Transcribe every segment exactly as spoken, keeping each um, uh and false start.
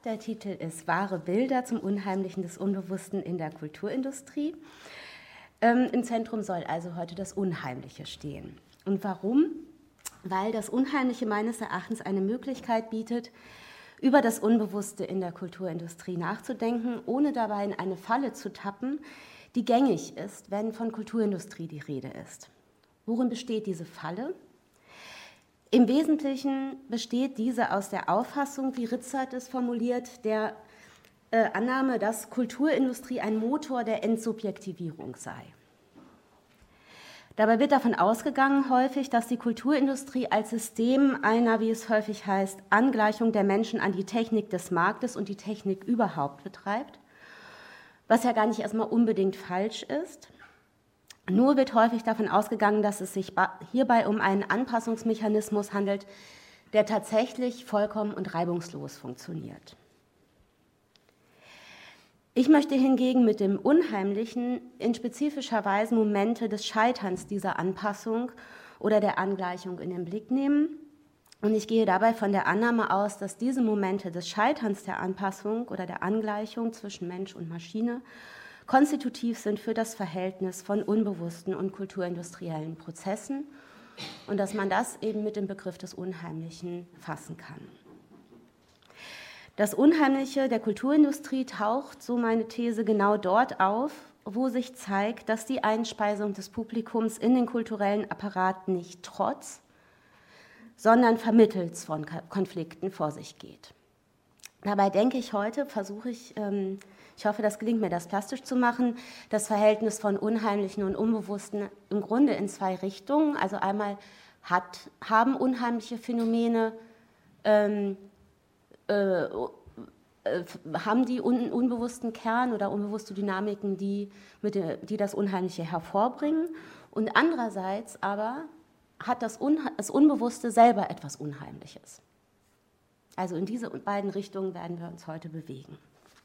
Der Titel ist Wahre Bilder zum Unheimlichen des Unbewussten in der Kulturindustrie. Ähm, Im Zentrum soll also heute das Unheimliche stehen. Und warum? Weil das Unheimliche meines Erachtens eine Möglichkeit bietet, über das Unbewusste in der Kulturindustrie nachzudenken, ohne dabei in eine Falle zu tappen, die gängig ist, wenn von Kulturindustrie die Rede ist. Worin besteht diese Falle? Im Wesentlichen besteht diese aus der Auffassung, wie Ritzert es formuliert, der äh, Annahme, dass Kulturindustrie ein Motor der Entsubjektivierung sei. Dabei wird davon ausgegangen häufig, dass die Kulturindustrie als System einer, wie es häufig heißt, Angleichung der Menschen an die Technik des Marktes und die Technik überhaupt betreibt, was ja gar nicht erstmal unbedingt falsch ist. Nur wird häufig davon ausgegangen, dass es sich hierbei um einen Anpassungsmechanismus handelt, der tatsächlich vollkommen und reibungslos funktioniert. Ich möchte hingegen mit dem Unheimlichen in spezifischer Weise Momente des Scheiterns dieser Anpassung oder der Angleichung in den Blick nehmen. Und ich gehe dabei von der Annahme aus, dass diese Momente des Scheiterns der Anpassung oder der Angleichung zwischen Mensch und Maschine konstitutiv sind für das Verhältnis von unbewussten und kulturindustriellen Prozessen und dass man das eben mit dem Begriff des Unheimlichen fassen kann. Das Unheimliche der Kulturindustrie taucht, so meine These, genau dort auf, wo sich zeigt, dass die Einspeisung des Publikums in den kulturellen Apparat nicht trotz, sondern vermittels von Konflikten vor sich geht. Dabei denke ich heute, versuche ich, ich hoffe, das gelingt mir, das plastisch zu machen, das Verhältnis von Unheimlichen und Unbewussten im Grunde in zwei Richtungen. Also einmal hat, haben unheimliche Phänomene, ähm, äh, äh, haben die un, unbewussten Kern oder unbewusste Dynamiken, die, mit der, die das Unheimliche hervorbringen. Und andererseits aber hat das, Un, das Unbewusste selber etwas Unheimliches. Also in diese beiden Richtungen werden wir uns heute bewegen.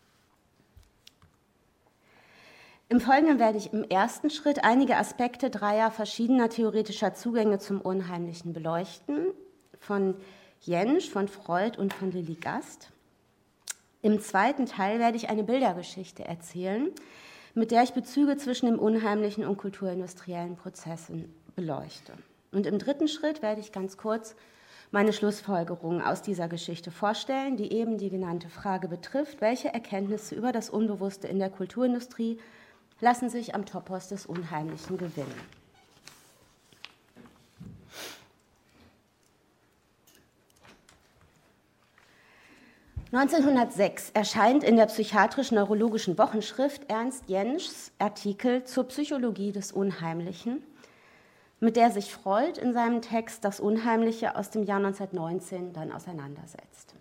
Im Folgenden werde ich im ersten Schritt einige Aspekte dreier verschiedener theoretischer Zugänge zum Unheimlichen beleuchten, von Jentsch, von Freud und von Lilly Gast. Im zweiten Teil werde ich eine Bildergeschichte erzählen, mit der ich Bezüge zwischen dem Unheimlichen und kulturindustriellen Prozessen beleuchte. Und im dritten Schritt werde ich ganz kurz meine Schlussfolgerungen aus dieser Geschichte vorstellen, die eben die genannte Frage betrifft, welche Erkenntnisse über das Unbewusste in der Kulturindustrie lassen sich am Topos des Unheimlichen gewinnen. neunzehnhundertsechs erscheint in der psychiatrisch-neurologischen Wochenschrift Ernst Jentschs Artikel zur Psychologie des Unheimlichen, mit der sich Freud in seinem Text Das Unheimliche aus dem Jahr neunzehnhundertneunzehn dann auseinandersetzt.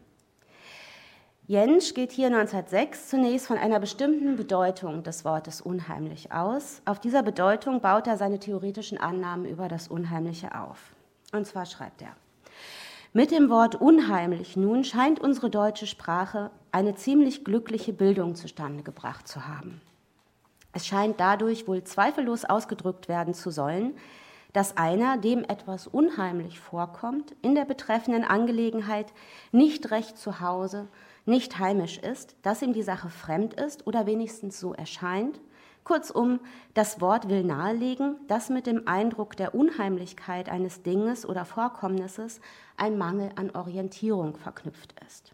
Jentsch geht hier neunzehnhundertsechs zunächst von einer bestimmten Bedeutung des Wortes unheimlich aus. Auf dieser Bedeutung baut er seine theoretischen Annahmen über das Unheimliche auf. Und zwar schreibt er: Mit dem Wort unheimlich nun scheint unsere deutsche Sprache eine ziemlich glückliche Bildung zustande gebracht zu haben. Es scheint dadurch wohl zweifellos ausgedrückt werden zu sollen, dass einer, dem etwas unheimlich vorkommt, in der betreffenden Angelegenheit nicht recht zu Hause, nicht heimisch ist, dass ihm die Sache fremd ist oder wenigstens so erscheint. Kurzum, das Wort will nahelegen, dass mit dem Eindruck der Unheimlichkeit eines Dinges oder Vorkommnisses ein Mangel an Orientierung verknüpft ist.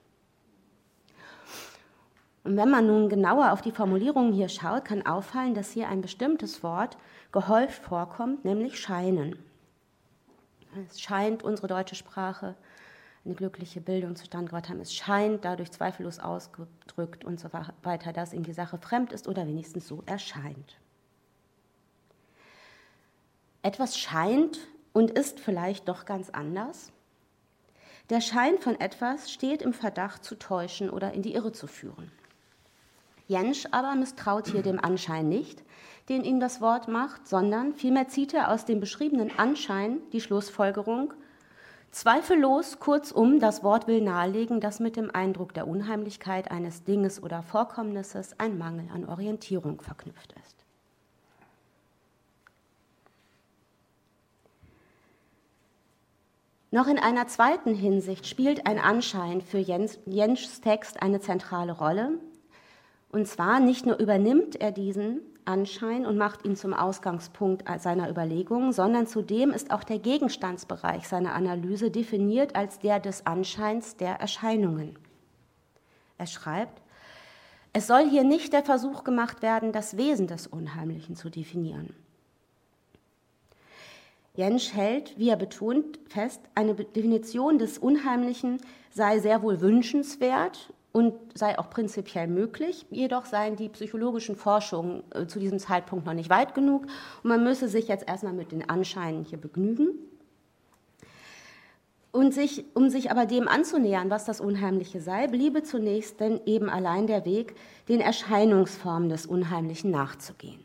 Und wenn man nun genauer auf die Formulierungen hier schaut, kann auffallen, dass hier ein bestimmtes Wort gehäuft vorkommt, nämlich scheinen. Es scheint unsere deutsche Sprache eine glückliche Bildung zustande gebracht haben. Es scheint dadurch zweifellos ausgedrückt und so weiter, dass ihm die Sache fremd ist oder wenigstens so erscheint. Etwas scheint und ist vielleicht doch ganz anders. Der Schein von etwas steht im Verdacht zu täuschen oder in die Irre zu führen. Jentsch aber misstraut hier dem Anschein nicht, den ihm das Wort macht, sondern vielmehr zieht er aus dem beschriebenen Anschein die Schlussfolgerung: Zweifellos, kurzum, das Wort will nahelegen, dass mit dem Eindruck der Unheimlichkeit eines Dinges oder Vorkommnisses ein Mangel an Orientierung verknüpft ist. Noch in einer zweiten Hinsicht spielt ein Anschein für Jens, Jentschs Text eine zentrale Rolle. Und zwar nicht nur übernimmt er diesen Anschein und macht ihn zum Ausgangspunkt seiner Überlegungen, sondern zudem ist auch der Gegenstandsbereich seiner Analyse definiert als der des Anscheins der Erscheinungen. Er schreibt, es soll hier nicht der Versuch gemacht werden, das Wesen des Unheimlichen zu definieren. Jentsch hält, wie er betont, fest, eine Definition des Unheimlichen sei sehr wohl wünschenswert und sei auch prinzipiell möglich, jedoch seien die psychologischen Forschungen zu diesem Zeitpunkt noch nicht weit genug und man müsse sich jetzt erstmal mit den Anscheinen hier begnügen. Und sich, um sich aber dem anzunähern, was das Unheimliche sei, bliebe zunächst denn eben allein der Weg, den Erscheinungsformen des Unheimlichen nachzugehen.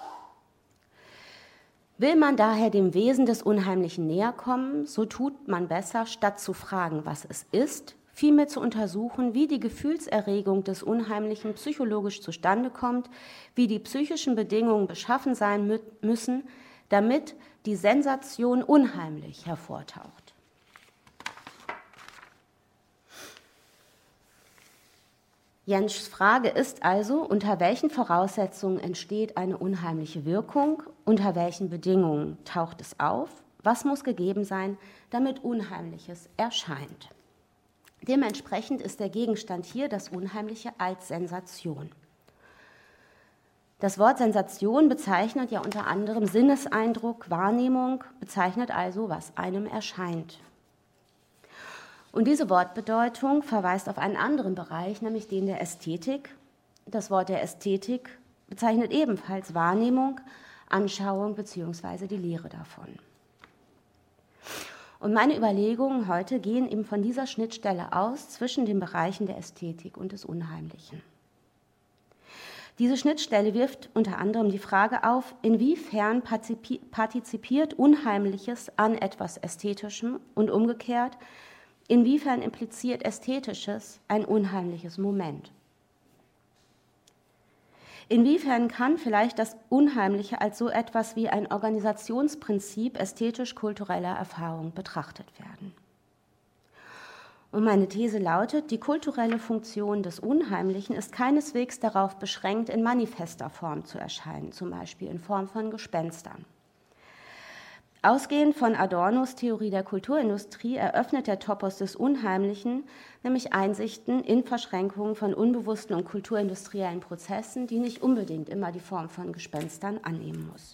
Will man daher dem Wesen des Unheimlichen näher kommen, so tut man besser, statt zu fragen, was es ist, vielmehr zu untersuchen, wie die Gefühlserregung des Unheimlichen psychologisch zustande kommt, wie die psychischen Bedingungen beschaffen sein mü- müssen, damit die Sensation unheimlich hervortaucht. Jentschs Frage ist also, unter welchen Voraussetzungen entsteht eine unheimliche Wirkung, unter welchen Bedingungen taucht es auf, was muss gegeben sein, damit Unheimliches erscheint. Dementsprechend ist der Gegenstand hier das Unheimliche als Sensation. Das Wort Sensation bezeichnet ja unter anderem Sinneseindruck, Wahrnehmung, bezeichnet also, was einem erscheint. Und diese Wortbedeutung verweist auf einen anderen Bereich, nämlich den der Ästhetik. Das Wort der Ästhetik bezeichnet ebenfalls Wahrnehmung, Anschauung bzw. die Lehre davon. Und meine Überlegungen heute gehen eben von dieser Schnittstelle aus zwischen den Bereichen der Ästhetik und des Unheimlichen. Diese Schnittstelle wirft unter anderem die Frage auf, inwiefern partizipiert Unheimliches an etwas Ästhetischem und umgekehrt, inwiefern impliziert Ästhetisches ein unheimliches Moment? Inwiefern kann vielleicht das Unheimliche als so etwas wie ein Organisationsprinzip ästhetisch-kultureller Erfahrung betrachtet werden? Und meine These lautet, die kulturelle Funktion des Unheimlichen ist keineswegs darauf beschränkt, in manifester Form zu erscheinen, zum Beispiel in Form von Gespenstern. Ausgehend von Adornos Theorie der Kulturindustrie eröffnet der Topos des Unheimlichen nämlich Einsichten in Verschränkungen von unbewussten und kulturindustriellen Prozessen, die nicht unbedingt immer die Form von Gespenstern annehmen muss.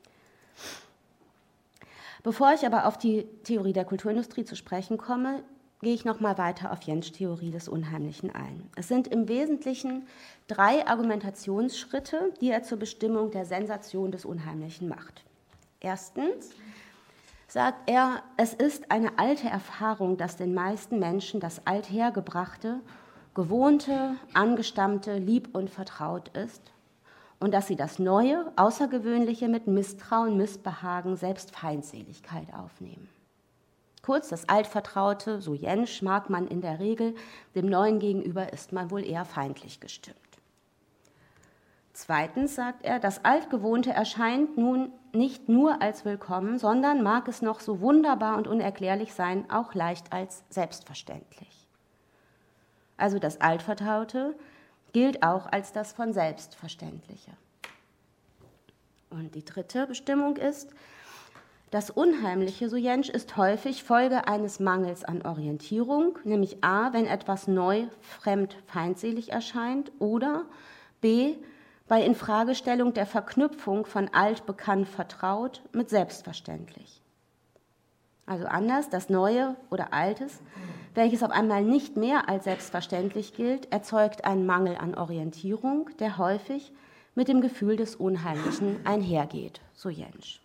Bevor ich aber auf die Theorie der Kulturindustrie zu sprechen komme, gehe ich noch mal weiter auf Jentschs Theorie des Unheimlichen ein. Es sind im Wesentlichen drei Argumentationsschritte, die er zur Bestimmung der Sensation des Unheimlichen macht. Erstens sagt er, es ist eine alte Erfahrung, dass den meisten Menschen das Althergebrachte, Gewohnte, Angestammte, lieb und vertraut ist und dass sie das Neue, Außergewöhnliche mit Misstrauen, Missbehagen, selbst Feindseligkeit aufnehmen. Kurz, das Altvertraute, so Jentsch, mag man in der Regel, dem Neuen gegenüber ist man wohl eher feindlich gestimmt. Zweitens sagt er, das Altgewohnte erscheint nun nicht nur als willkommen, sondern mag es noch so wunderbar und unerklärlich sein, auch leicht als selbstverständlich. Also das Altvertraute gilt auch als das von Selbstverständliche. Und die dritte Bestimmung ist, das Unheimliche, so Jentsch, ist häufig Folge eines Mangels an Orientierung, nämlich a, wenn etwas neu, fremd, feindselig erscheint, oder b, bei Infragestellung der Verknüpfung von alt, bekannt, vertraut mit selbstverständlich. Also anders, das Neue oder Altes, welches auf einmal nicht mehr als selbstverständlich gilt, erzeugt einen Mangel an Orientierung, der häufig mit dem Gefühl des Unheimlichen einhergeht, so Jentsch.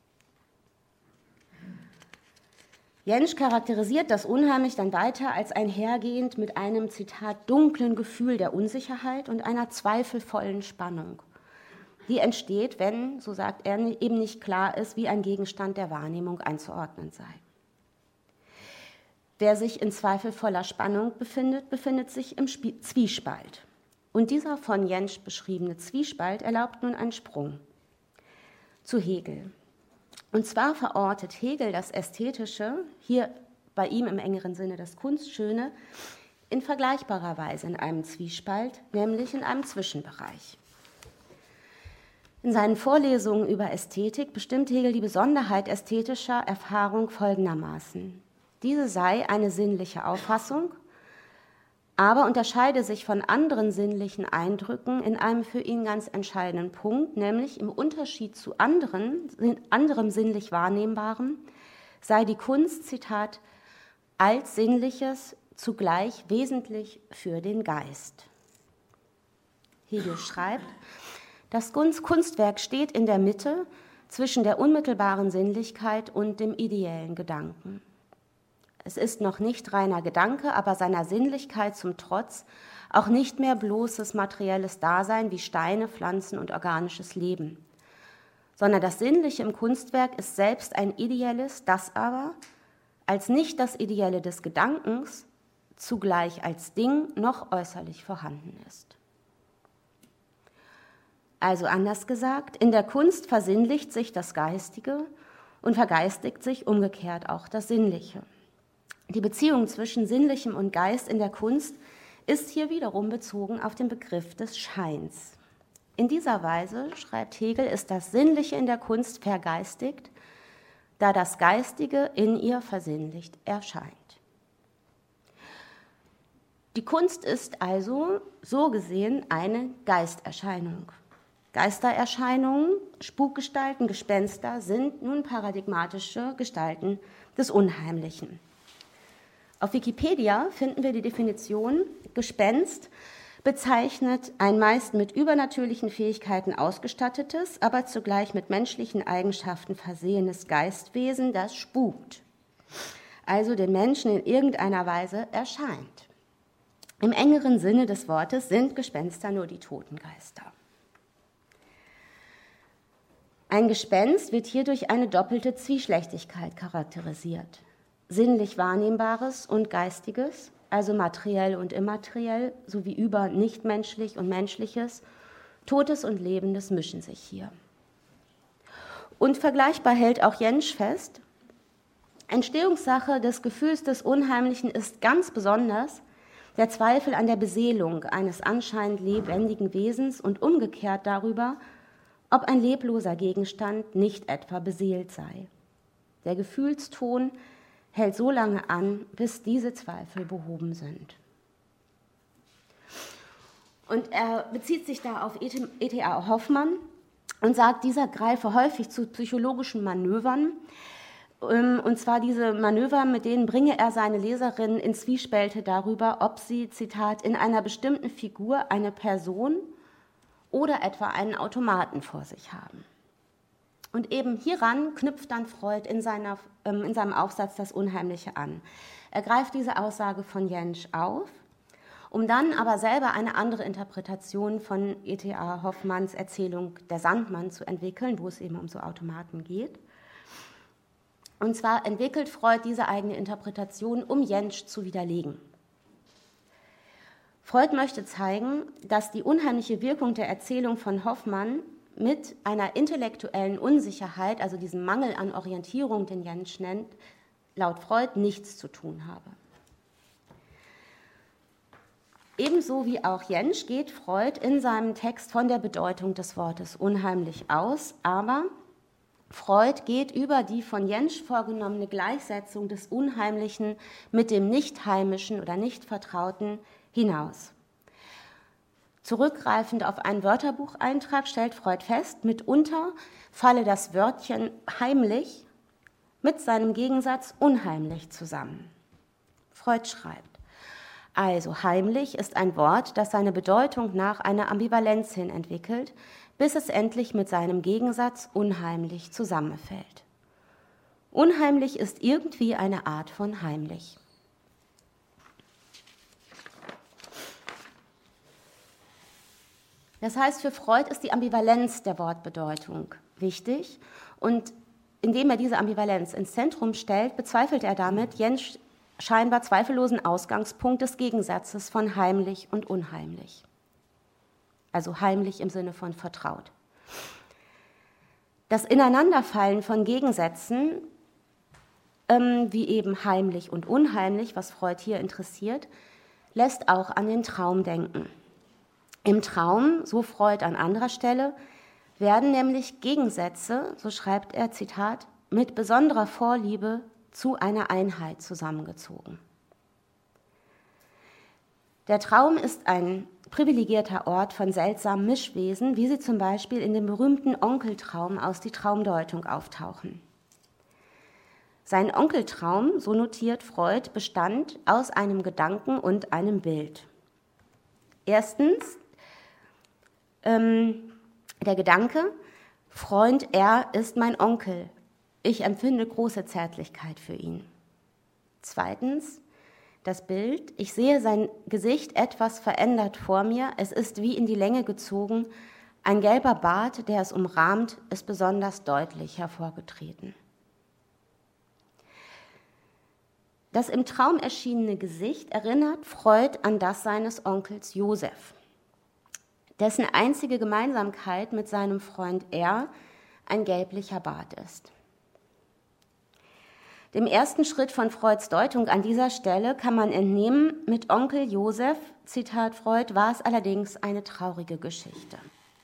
Jentsch charakterisiert das Unheimlich dann weiter als einhergehend mit einem, Zitat, dunklen Gefühl der Unsicherheit und einer zweifelvollen Spannung. Die entsteht, wenn, so sagt er, eben nicht klar ist, wie ein Gegenstand der Wahrnehmung einzuordnen sei. Wer sich in zweifelvoller Spannung befindet, befindet sich im Zwiespalt. Und dieser von Jentsch beschriebene Zwiespalt erlaubt nun einen Sprung zu Hegel. Und zwar verortet Hegel das Ästhetische hier bei ihm im engeren Sinne das Kunstschöne, in vergleichbarer Weise in einem Zwiespalt, nämlich in einem Zwischenbereich. In seinen Vorlesungen über Ästhetik bestimmt Hegel die Besonderheit ästhetischer Erfahrung folgendermaßen: Diese sei eine sinnliche Auffassung, aber unterscheide sich von anderen sinnlichen Eindrücken in einem für ihn ganz entscheidenden Punkt, nämlich im Unterschied zu anderen, anderem sinnlich Wahrnehmbarem sei die Kunst, Zitat, als Sinnliches zugleich wesentlich für den Geist. Hegel schreibt, das Kunstwerk steht in der Mitte zwischen der unmittelbaren Sinnlichkeit und dem ideellen Gedanken. Es ist noch nicht reiner Gedanke, aber seiner Sinnlichkeit zum Trotz auch nicht mehr bloßes materielles Dasein wie Steine, Pflanzen und organisches Leben, sondern das Sinnliche im Kunstwerk ist selbst ein ideelles, das aber als nicht das Ideelle des Gedankens zugleich als Ding noch äußerlich vorhanden ist. Also anders gesagt, in der Kunst versinnlicht sich das Geistige und vergeistigt sich umgekehrt auch das Sinnliche. Die Beziehung zwischen Sinnlichem und Geist in der Kunst ist hier wiederum bezogen auf den Begriff des Scheins. In dieser Weise, schreibt Hegel, ist das Sinnliche in der Kunst vergeistigt, da das Geistige in ihr versinnlicht erscheint. Die Kunst ist also so gesehen eine Geisterscheinung. Geistererscheinungen, Spukgestalten, Gespenster sind nun paradigmatische Gestalten des Unheimlichen. Auf Wikipedia finden wir die Definition: Gespenst bezeichnet ein meist mit übernatürlichen Fähigkeiten ausgestattetes, aber zugleich mit menschlichen Eigenschaften versehenes Geistwesen, das spukt, also den Menschen in irgendeiner Weise erscheint. Im engeren Sinne des Wortes sind Gespenster nur die Totengeister. Ein Gespenst wird hier durch eine doppelte Zwieschlechtigkeit charakterisiert: sinnlich Wahrnehmbares und Geistiges, also materiell und immateriell, sowie über nichtmenschlich und Menschliches, Totes und Lebendes mischen sich hier. Und vergleichbar hält auch Jentsch fest: Entstehungssache des Gefühls des Unheimlichen ist ganz besonders der Zweifel an der Beseelung eines anscheinend lebendigen Wesens und umgekehrt darüber, ob ein lebloser Gegenstand nicht etwa beseelt sei. Der Gefühlston hält so lange an, bis diese Zweifel behoben sind. Und er bezieht sich da auf E T A Hoffmann und sagt, dieser greife häufig zu psychologischen Manövern, und zwar diese Manöver, mit denen bringe er seine Leserinnen in Zwiespälte darüber, ob sie, Zitat, in einer bestimmten Figur eine Person oder etwa einen Automaten vor sich haben. Und eben hieran knüpft dann Freud in, seiner, ähm, in seinem Aufsatz Das Unheimliche an. Er greift diese Aussage von Jentsch auf, um dann aber selber eine andere Interpretation von E T A Hoffmanns Erzählung Der Sandmann zu entwickeln, wo es eben um so Automaten geht. Und zwar entwickelt Freud diese eigene Interpretation, um Jentsch zu widerlegen. Freud möchte zeigen, dass die unheimliche Wirkung der Erzählung von Hoffmann mit einer intellektuellen Unsicherheit, also diesem Mangel an Orientierung, den Jentsch nennt, laut Freud nichts zu tun habe. Ebenso wie auch Jentsch geht Freud in seinem Text von der Bedeutung des Wortes unheimlich aus, aber Freud geht über die von Jentsch vorgenommene Gleichsetzung des Unheimlichen mit dem Nicht-Heimischen oder Nicht-Vertrauten hinaus. Zurückgreifend auf einen Wörterbucheintrag stellt Freud fest, mitunter falle das Wörtchen heimlich mit seinem Gegensatz unheimlich zusammen. Freud schreibt: Also heimlich ist ein Wort, das seine Bedeutung nach einer Ambivalenz hin entwickelt, bis es endlich mit seinem Gegensatz unheimlich zusammenfällt. Unheimlich ist irgendwie eine Art von heimlich. Das heißt, für Freud ist die Ambivalenz der Wortbedeutung wichtig, und indem er diese Ambivalenz ins Zentrum stellt, bezweifelt er damit Jentsch scheinbar zweifellosen Ausgangspunkt des Gegensatzes von heimlich und unheimlich. Also heimlich im Sinne von vertraut. Das Ineinanderfallen von Gegensätzen ähm, wie eben heimlich und unheimlich, was Freud hier interessiert, lässt auch an den Traum denken. Im Traum, so Freud an anderer Stelle, werden nämlich Gegensätze, so schreibt er, Zitat, mit besonderer Vorliebe zu einer Einheit zusammengezogen. Der Traum ist ein privilegierter Ort von seltsamen Mischwesen, wie sie zum Beispiel in dem berühmten Onkeltraum aus Die Traumdeutung auftauchen. Sein Onkeltraum, so notiert Freud, bestand aus einem Gedanken und einem Bild. Erstens ähm, der Gedanke, Freund R. ist mein Onkel. Ich empfinde große Zärtlichkeit für ihn. Zweitens das Bild, ich sehe sein Gesicht etwas verändert vor mir, es ist wie in die Länge gezogen, ein gelber Bart, der es umrahmt, ist besonders deutlich hervorgetreten. Das im Traum erschienene Gesicht erinnert Freud an das seines Onkels Josef, dessen einzige Gemeinsamkeit mit seinem Freund R. ein gelblicher Bart ist. Dem ersten Schritt von Freuds Deutung an dieser Stelle kann man entnehmen, mit Onkel Josef, Zitat Freud, war es allerdings eine traurige Geschichte.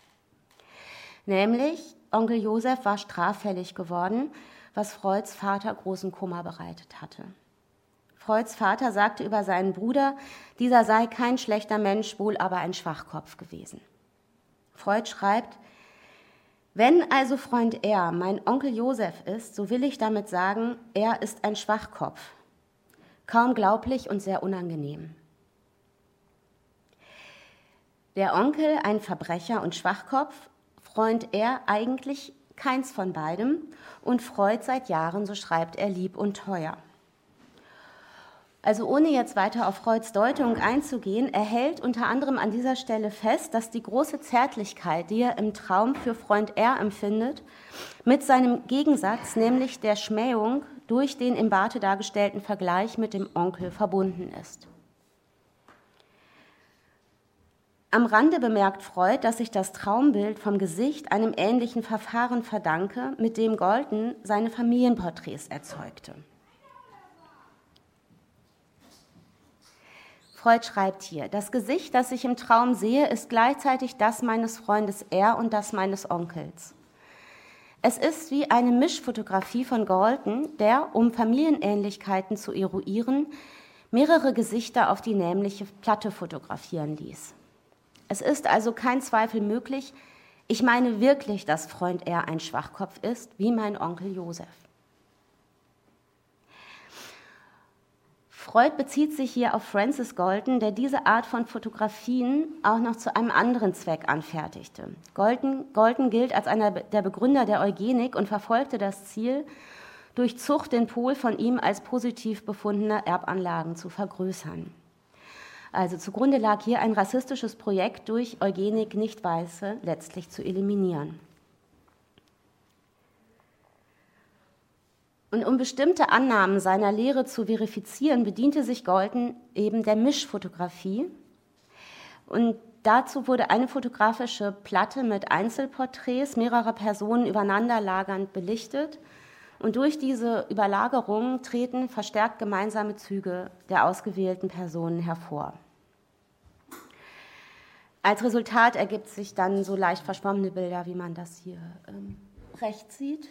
Nämlich, Onkel Josef war straffällig geworden, was Freuds Vater großen Kummer bereitet hatte. Freuds Vater sagte über seinen Bruder, dieser sei kein schlechter Mensch, wohl aber ein Schwachkopf gewesen. Freud schreibt, wenn also Freund R. mein Onkel Josef ist, so will ich damit sagen, er ist ein Schwachkopf. Kaum glaublich und sehr unangenehm. Der Onkel ein Verbrecher und Schwachkopf, Freund R. eigentlich keins von beidem und Freud seit Jahren, so schreibt er, lieb und teuer. Also ohne jetzt weiter auf Freuds Deutung einzugehen, er hält unter anderem an dieser Stelle fest, dass die große Zärtlichkeit, die er im Traum für Freund R. empfindet, mit seinem Gegensatz, nämlich der Schmähung, durch den im Barte dargestellten Vergleich mit dem Onkel verbunden ist. Am Rande bemerkt Freud, dass sich das Traumbild vom Gesicht einem ähnlichen Verfahren verdanke, mit dem Galton seine Familienporträts erzeugte. Freud schreibt hier, das Gesicht, das ich im Traum sehe, ist gleichzeitig das meines Freundes R. und das meines Onkels. Es ist wie eine Mischfotografie von Galton, der, um Familienähnlichkeiten zu eruieren, mehrere Gesichter auf die nämliche Platte fotografieren ließ. Es ist also kein Zweifel möglich, ich meine wirklich, dass Freund R. ein Schwachkopf ist, wie mein Onkel Josef. Freud bezieht sich hier auf Francis Galton, der diese Art von Fotografien auch noch zu einem anderen Zweck anfertigte. Galton, Galton gilt als einer der Begründer der Eugenik und verfolgte das Ziel, durch Zucht den Pol von ihm als positiv befundener Erbanlagen zu vergrößern. Also zugrunde lag hier ein rassistisches Projekt, durch Eugenik Nicht-Weiße letztlich zu eliminieren. Und um bestimmte Annahmen seiner Lehre zu verifizieren, bediente sich Galton eben der Mischfotografie. Und dazu wurde eine fotografische Platte mit Einzelporträts mehrerer Personen übereinanderlagernd belichtet. Und durch diese Überlagerung treten verstärkt gemeinsame Züge der ausgewählten Personen hervor. Als Resultat ergibt sich dann so leicht verschwommene Bilder, wie man das hier ähm, rechts sieht.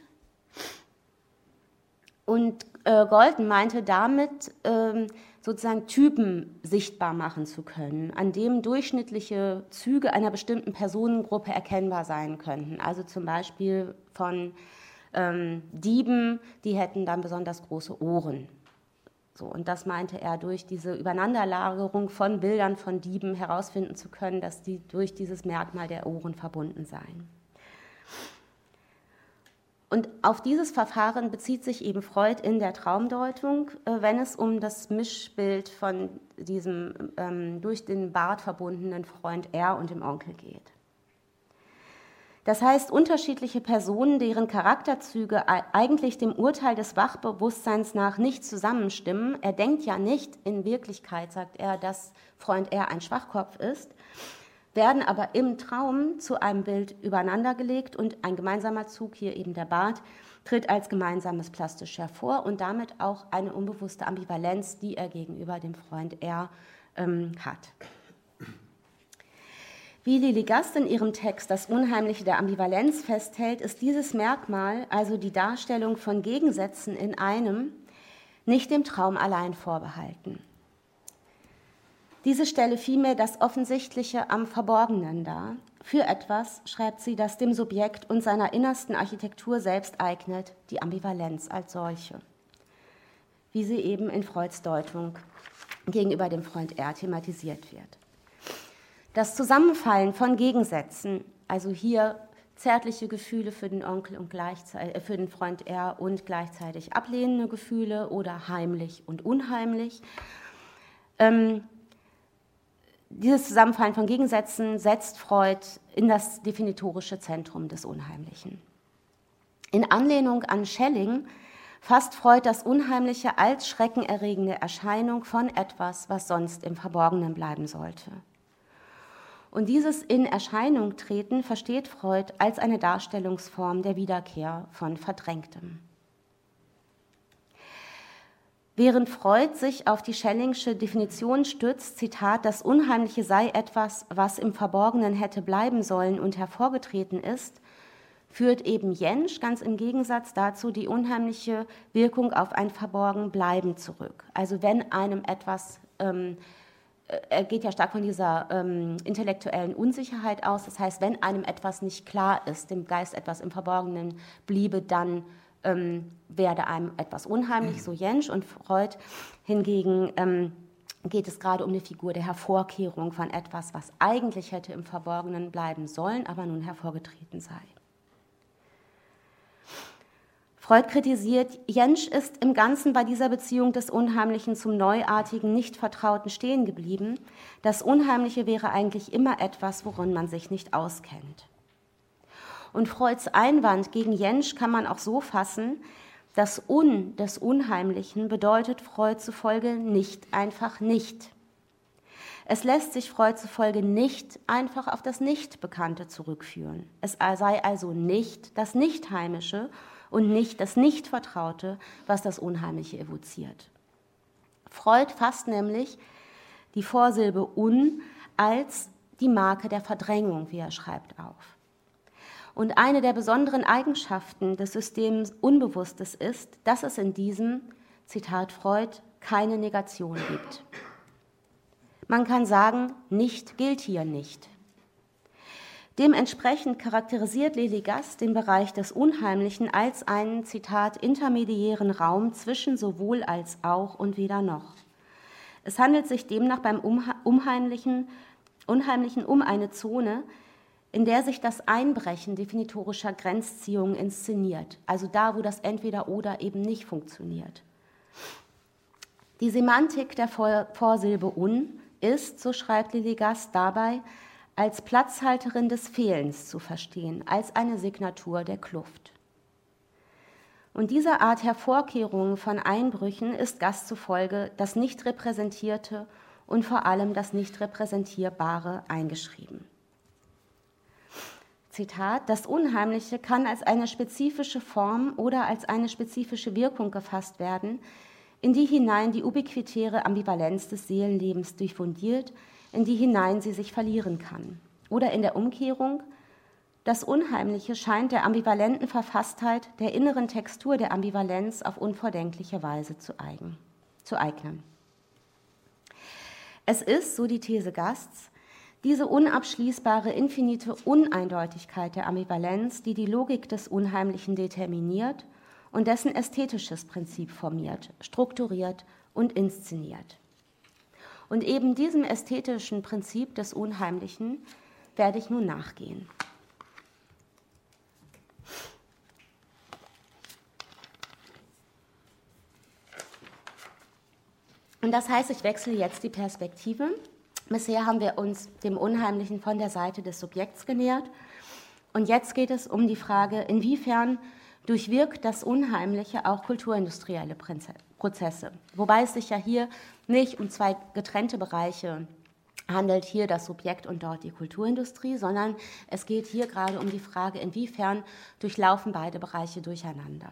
Und äh, Galton meinte damit, ähm, sozusagen Typen sichtbar machen zu können, an dem durchschnittliche Züge einer bestimmten Personengruppe erkennbar sein könnten. Also zum Beispiel von ähm, Dieben, die hätten dann besonders große Ohren. So, und das meinte er, durch diese Übereinanderlagerung von Bildern von Dieben herausfinden zu können, dass die durch dieses Merkmal der Ohren verbunden seien. Und auf dieses Verfahren bezieht sich eben Freud in der Traumdeutung, wenn es um das Mischbild von diesem ähm, durch den Bart verbundenen Freund R. und dem Onkel geht. Das heißt, unterschiedliche Personen, deren Charakterzüge eigentlich dem Urteil des Wachbewusstseins nach nicht zusammenstimmen, er denkt ja nicht in Wirklichkeit, sagt er, dass Freund R. ein Schwachkopf ist, werden aber im Traum zu einem Bild übereinandergelegt und ein gemeinsamer Zug, hier eben der Bart, tritt als gemeinsames plastisch hervor und damit auch eine unbewusste Ambivalenz, die er gegenüber dem Freund R ähm, hat. Wie Lilly Gast in ihrem Text das Unheimliche der Ambivalenz festhält, ist dieses Merkmal, also die Darstellung von Gegensätzen in einem, nicht dem Traum allein vorbehalten. Diese stelle vielmehr das Offensichtliche am Verborgenen dar, für etwas, schreibt sie, das dem Subjekt und seiner innersten Architektur selbst eignet, die Ambivalenz als solche, wie sie eben in Freuds Deutung gegenüber dem Freund R thematisiert wird. Das Zusammenfallen von Gegensätzen, also hier zärtliche Gefühle für den Onkel und gleichzeitig, für den Freund R und gleichzeitig ablehnende Gefühle oder heimlich und unheimlich, ähm, dieses Zusammenfallen von Gegensätzen setzt Freud in das definitorische Zentrum des Unheimlichen. In Anlehnung an Schelling fasst Freud das Unheimliche als schreckenerregende Erscheinung von etwas, was sonst im Verborgenen bleiben sollte. Und dieses in Erscheinung treten versteht Freud als eine Darstellungsform der Wiederkehr von Verdrängtem. Während Freud sich auf die Schellingsche Definition stützt, Zitat, das Unheimliche sei etwas, was im Verborgenen hätte bleiben sollen und hervorgetreten ist, führt eben Jentsch ganz im Gegensatz dazu die unheimliche Wirkung auf ein Verborgenbleiben zurück. Also wenn einem etwas, ähm, er geht ja stark von dieser ähm, intellektuellen Unsicherheit aus, das heißt, wenn einem etwas nicht klar ist, dem Geist etwas im Verborgenen bliebe, dann Ähm, werde einem etwas unheimlich, so Jentsch, und Freud hingegen ähm, geht es gerade um eine Figur der Hervorkehrung von etwas, was eigentlich hätte im Verborgenen bleiben sollen, aber nun hervorgetreten sei. Freud kritisiert, Jentsch ist im Ganzen bei dieser Beziehung des Unheimlichen zum Neuartigen, nicht Vertrauten stehen geblieben. Das Unheimliche wäre eigentlich immer etwas, worin man sich nicht auskennt. Und Freuds Einwand gegen Jentsch kann man auch so fassen, das Un des Unheimlichen bedeutet Freud zufolge nicht einfach nicht. Es lässt sich Freud zufolge nicht einfach auf das Nichtbekannte zurückführen. Es sei also nicht das Nichtheimische und nicht das Nichtvertraute, was das Unheimliche evoziert. Freud fasst nämlich die Vorsilbe Un als die Marke der Verdrängung, wie er schreibt, auf. Und eine der besonderen Eigenschaften des Systems Unbewusstes ist, dass es in diesem, Zitat Freud, keine Negation gibt. Man kann sagen, nicht gilt hier nicht. Dementsprechend charakterisiert Lilly Gast den Bereich des Unheimlichen als einen, Zitat, intermediären Raum zwischen sowohl als auch und weder noch. Es handelt sich demnach beim Unheimlichen, Unheimlichen um eine Zone, in der sich das Einbrechen definitorischer Grenzziehungen inszeniert, also da, wo das Entweder-Oder eben nicht funktioniert. Die Semantik der Vorsilbe Un ist, so schreibt Lilly Gast, dabei als Platzhalterin des Fehlens zu verstehen, als eine Signatur der Kluft. Und diese Art Hervorkehrung von Einbrüchen ist Gast zufolge das Nicht-Repräsentierte und vor allem das Nicht-Repräsentierbare eingeschrieben. Zitat, das Unheimliche kann als eine spezifische Form oder als eine spezifische Wirkung gefasst werden, in die hinein die ubiquitäre Ambivalenz des Seelenlebens diffundiert, in die hinein sie sich verlieren kann. Oder in der Umkehrung, das Unheimliche scheint der ambivalenten Verfasstheit, der inneren Textur der Ambivalenz auf unvordenkliche Weise zu, eigen, zu eignen. Es ist, so die These Gasts, diese unabschließbare, infinite Uneindeutigkeit der Ambivalenz, die die Logik des Unheimlichen determiniert und dessen ästhetisches Prinzip formiert, strukturiert und inszeniert. Und eben diesem ästhetischen Prinzip des Unheimlichen werde ich nun nachgehen. Und das heißt, ich wechsle jetzt die Perspektive. Bisher haben wir uns dem Unheimlichen von der Seite des Subjekts genähert. Und jetzt geht es um die Frage, inwiefern durchwirkt das Unheimliche auch kulturindustrielle Prozesse. Wobei es sich ja hier nicht um zwei getrennte Bereiche handelt hier das Subjekt und dort die Kulturindustrie, sondern es geht hier gerade um die Frage, inwiefern durchlaufen beide Bereiche durcheinander.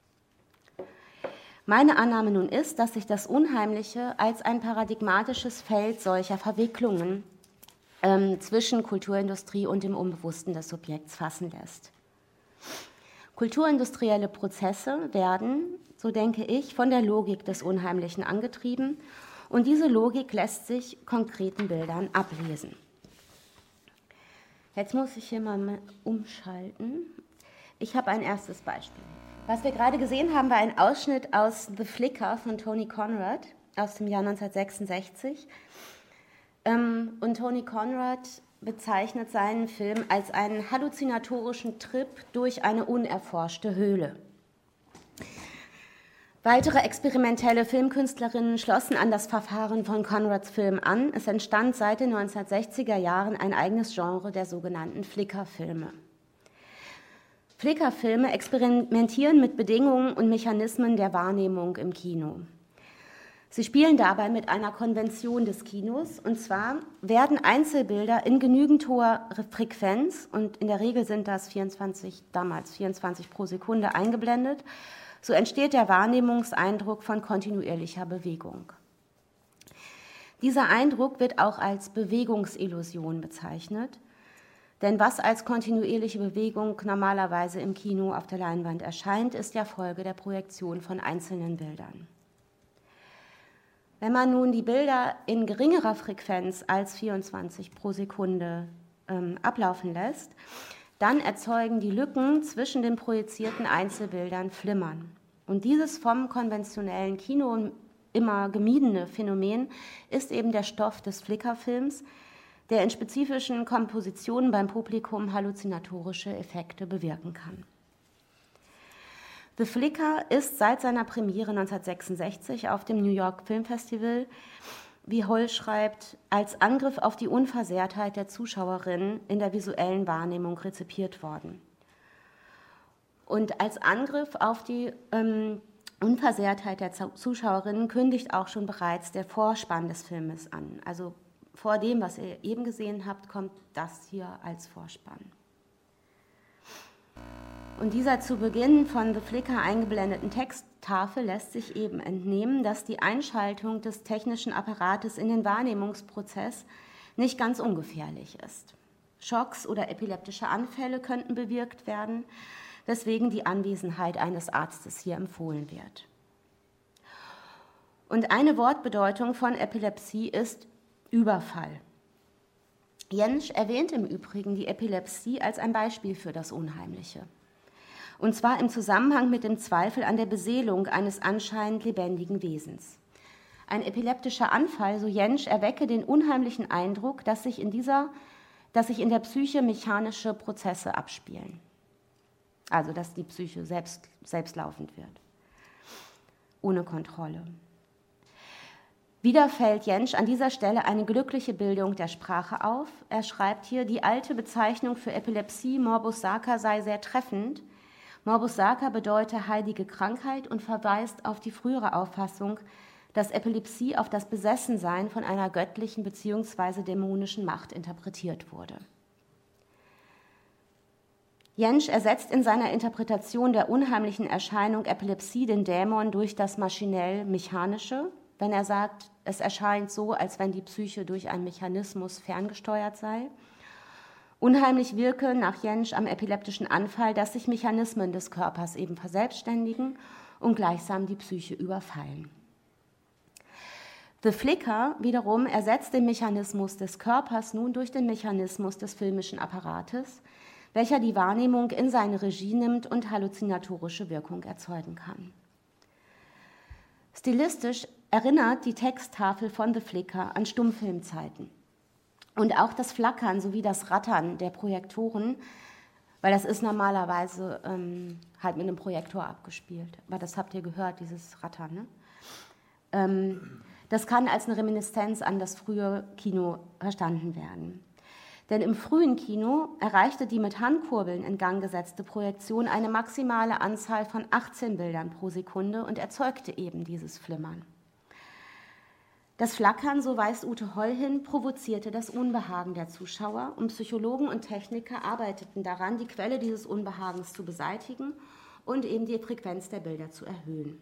Meine Annahme nun ist, dass sich das Unheimliche als ein paradigmatisches Feld solcher Verwicklungen ähm, zwischen Kulturindustrie und dem Unbewussten des Subjekts fassen lässt. Kulturindustrielle Prozesse werden, so denke ich, von der Logik des Unheimlichen angetrieben, und diese Logik lässt sich konkreten Bildern ablesen. Jetzt muss ich hier mal umschalten. Ich habe ein erstes Beispiel. Was wir gerade gesehen haben, war ein Ausschnitt aus The Flicker von Tony Conrad aus dem Jahr neunzehnhundertsechsundsechzig. Und Tony Conrad bezeichnet seinen Film als einen halluzinatorischen Trip durch eine unerforschte Höhle. Weitere experimentelle Filmkünstlerinnen schlossen an das Verfahren von Conrads Film an. Es entstand seit den neunzehnhundertsechziger Jahren ein eigenes Genre der sogenannten Flickerfilme. Flickerfilme experimentieren mit Bedingungen und Mechanismen der Wahrnehmung im Kino. Sie spielen dabei mit einer Konvention des Kinos, und zwar werden Einzelbilder in genügend hoher Frequenz, und in der Regel sind das vierundzwanzig, damals vierundzwanzig pro Sekunde, eingeblendet. So entsteht der Wahrnehmungseindruck von kontinuierlicher Bewegung. Dieser Eindruck wird auch als Bewegungsillusion bezeichnet, denn was als kontinuierliche Bewegung normalerweise im Kino auf der Leinwand erscheint, ist ja Folge der Projektion von einzelnen Bildern. Wenn man nun die Bilder in geringerer Frequenz als vierundzwanzig pro Sekunde ähm, ablaufen lässt, dann erzeugen die Lücken zwischen den projizierten Einzelbildern Flimmern. Und dieses vom konventionellen Kino immer gemiedene Phänomen ist eben der Stoff des Flickerfilms, der in spezifischen Kompositionen beim Publikum halluzinatorische Effekte bewirken kann. The Flicker ist seit seiner Premiere neunzehnhundertsechsundsechzig auf dem New York Film Festival, wie Holl schreibt, als Angriff auf die Unversehrtheit der Zuschauerinnen in der visuellen Wahrnehmung rezipiert worden. Und als Angriff auf die ähm, Unversehrtheit der Zuschauerinnen kündigt auch schon bereits der Vorspann des Filmes an. Also vor dem, was ihr eben gesehen habt, kommt das hier als Vorspann. Und dieser zu Beginn von The Flicker eingeblendeten Texttafel lässt sich eben entnehmen, dass die Einschaltung des technischen Apparates in den Wahrnehmungsprozess nicht ganz ungefährlich ist. Schocks oder epileptische Anfälle könnten bewirkt werden, weswegen die Anwesenheit eines Arztes hier empfohlen wird. Und eine Wortbedeutung von Epilepsie ist Überfall. Jentsch erwähnt im Übrigen die Epilepsie als ein Beispiel für das Unheimliche. Und zwar im Zusammenhang mit dem Zweifel an der Beseelung eines anscheinend lebendigen Wesens. Ein epileptischer Anfall, so Jentsch, erwecke den unheimlichen Eindruck, dass sich in dieser, dass sich in der Psyche mechanische Prozesse abspielen. Also, dass die Psyche selbst, selbstlaufend wird, ohne Kontrolle. Wieder fällt Jentsch an dieser Stelle eine glückliche Bildung der Sprache auf. Er schreibt hier, die alte Bezeichnung für Epilepsie, Morbus Sacer, sei sehr treffend. Morbus Sacer bedeutet heilige Krankheit und verweist auf die frühere Auffassung, dass Epilepsie auf das Besessensein von einer göttlichen bzw. dämonischen Macht interpretiert wurde. Jentsch ersetzt in seiner Interpretation der unheimlichen Erscheinung Epilepsie den Dämon durch das maschinell-mechanische, wenn er sagt, es erscheint so, als wenn die Psyche durch einen Mechanismus ferngesteuert sei. Unheimlich wirke nach Jentsch am epileptischen Anfall, dass sich Mechanismen des Körpers eben verselbstständigen und gleichsam die Psyche überfallen. The Flicker wiederum ersetzt den Mechanismus des Körpers nun durch den Mechanismus des filmischen Apparates, welcher die Wahrnehmung in seine Regie nimmt und halluzinatorische Wirkung erzeugen kann. Stilistisch erinnert die Texttafel von The Flicker an Stummfilmzeiten. Und auch das Flackern sowie das Rattern der Projektoren, weil das ist normalerweise ähm, halt mit einem Projektor abgespielt. Aber das habt ihr gehört, dieses Rattern. Ne? Ähm, das kann als eine Reminiszenz an das frühe Kino verstanden werden. Denn im frühen Kino erreichte die mit Handkurbeln in Gang gesetzte Projektion eine maximale Anzahl von achtzehn Bildern pro Sekunde und erzeugte eben dieses Flimmern. Das Flackern, so weist Ute Holl hin, provozierte das Unbehagen der Zuschauer und Psychologen und Techniker arbeiteten daran, die Quelle dieses Unbehagens zu beseitigen und eben die Frequenz der Bilder zu erhöhen.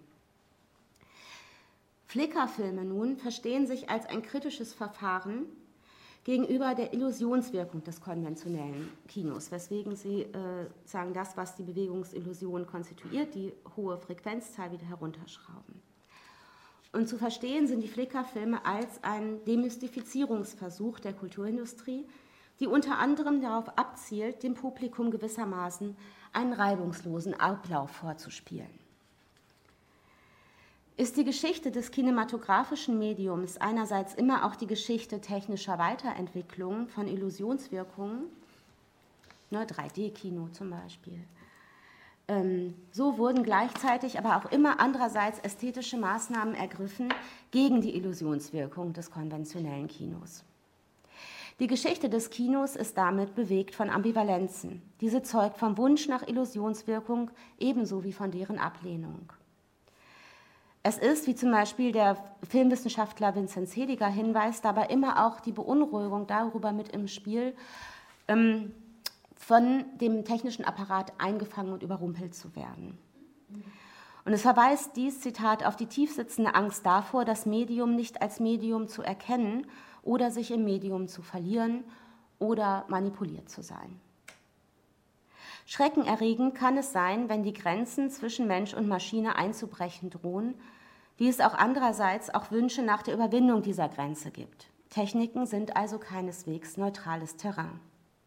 Flickerfilme nun verstehen sich als ein kritisches Verfahren gegenüber der Illusionswirkung des konventionellen Kinos, weswegen sie äh, sagen, das, was die Bewegungsillusion konstituiert, die hohe Frequenzzahl wieder herunterschrauben. Und zu verstehen sind die Flickerfilme als ein Demystifizierungsversuch der Kulturindustrie, die unter anderem darauf abzielt, dem Publikum gewissermaßen einen reibungslosen Ablauf vorzuspielen. Ist die Geschichte des kinematografischen Mediums einerseits immer auch die Geschichte technischer Weiterentwicklung von Illusionswirkungen, ne, drei D Kino zum Beispiel, ähm, so wurden gleichzeitig aber auch immer andererseits ästhetische Maßnahmen ergriffen gegen die Illusionswirkung des konventionellen Kinos. Die Geschichte des Kinos ist damit bewegt von Ambivalenzen. Diese zeugt vom Wunsch nach Illusionswirkung ebenso wie von deren Ablehnung. Es ist, wie zum Beispiel der Filmwissenschaftler Vinzenz Hediger hinweist, dabei immer auch die Beunruhigung darüber mit im Spiel, ähm, von dem technischen Apparat eingefangen und überrumpelt zu werden. Und es verweist dies, Zitat, auf die tiefsitzende Angst davor, das Medium nicht als Medium zu erkennen oder sich im Medium zu verlieren oder manipuliert zu sein. Schreckenerregend kann es sein, wenn die Grenzen zwischen Mensch und Maschine einzubrechen drohen, wie es auch andererseits auch Wünsche nach der Überwindung dieser Grenze gibt. Techniken sind also keineswegs neutrales Terrain.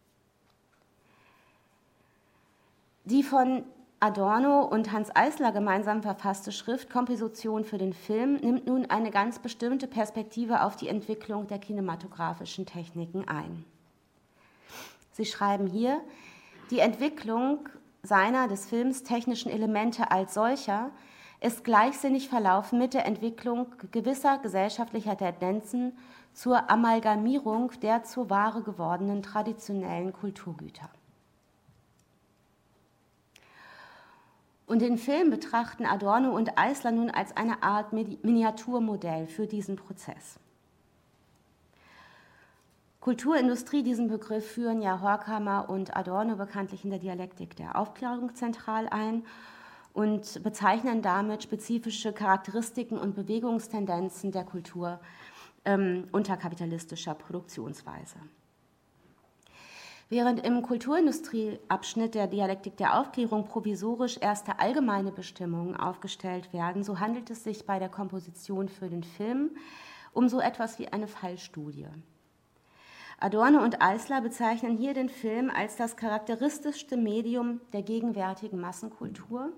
Die von Adorno und Hans Eisler gemeinsam verfasste Schrift Komposition für den Film nimmt nun eine ganz bestimmte Perspektive auf die Entwicklung der kinematografischen Techniken ein. Sie schreiben hier, die Entwicklung seiner des Films technischen Elemente als solcher ist gleichsinnig verlaufen mit der Entwicklung gewisser gesellschaftlicher Tendenzen zur Amalgamierung der zur Ware gewordenen traditionellen Kulturgüter. Und den Film betrachten Adorno und Eisler nun als eine Art Miniaturmodell für diesen Prozess. Kulturindustrie, diesen Begriff führen ja Horkheimer und Adorno bekanntlich in der Dialektik der Aufklärung zentral ein und bezeichnen damit spezifische Charakteristiken und Bewegungstendenzen der Kultur ähm, unter kapitalistischer Produktionsweise. Während im Kulturindustrieabschnitt der Dialektik der Aufklärung provisorisch erste allgemeine Bestimmungen aufgestellt werden, so handelt es sich bei der Komposition für den Film um so etwas wie eine Fallstudie. Adorno und Eisler bezeichnen hier den Film als das charakteristischste Medium der gegenwärtigen Massenkultur.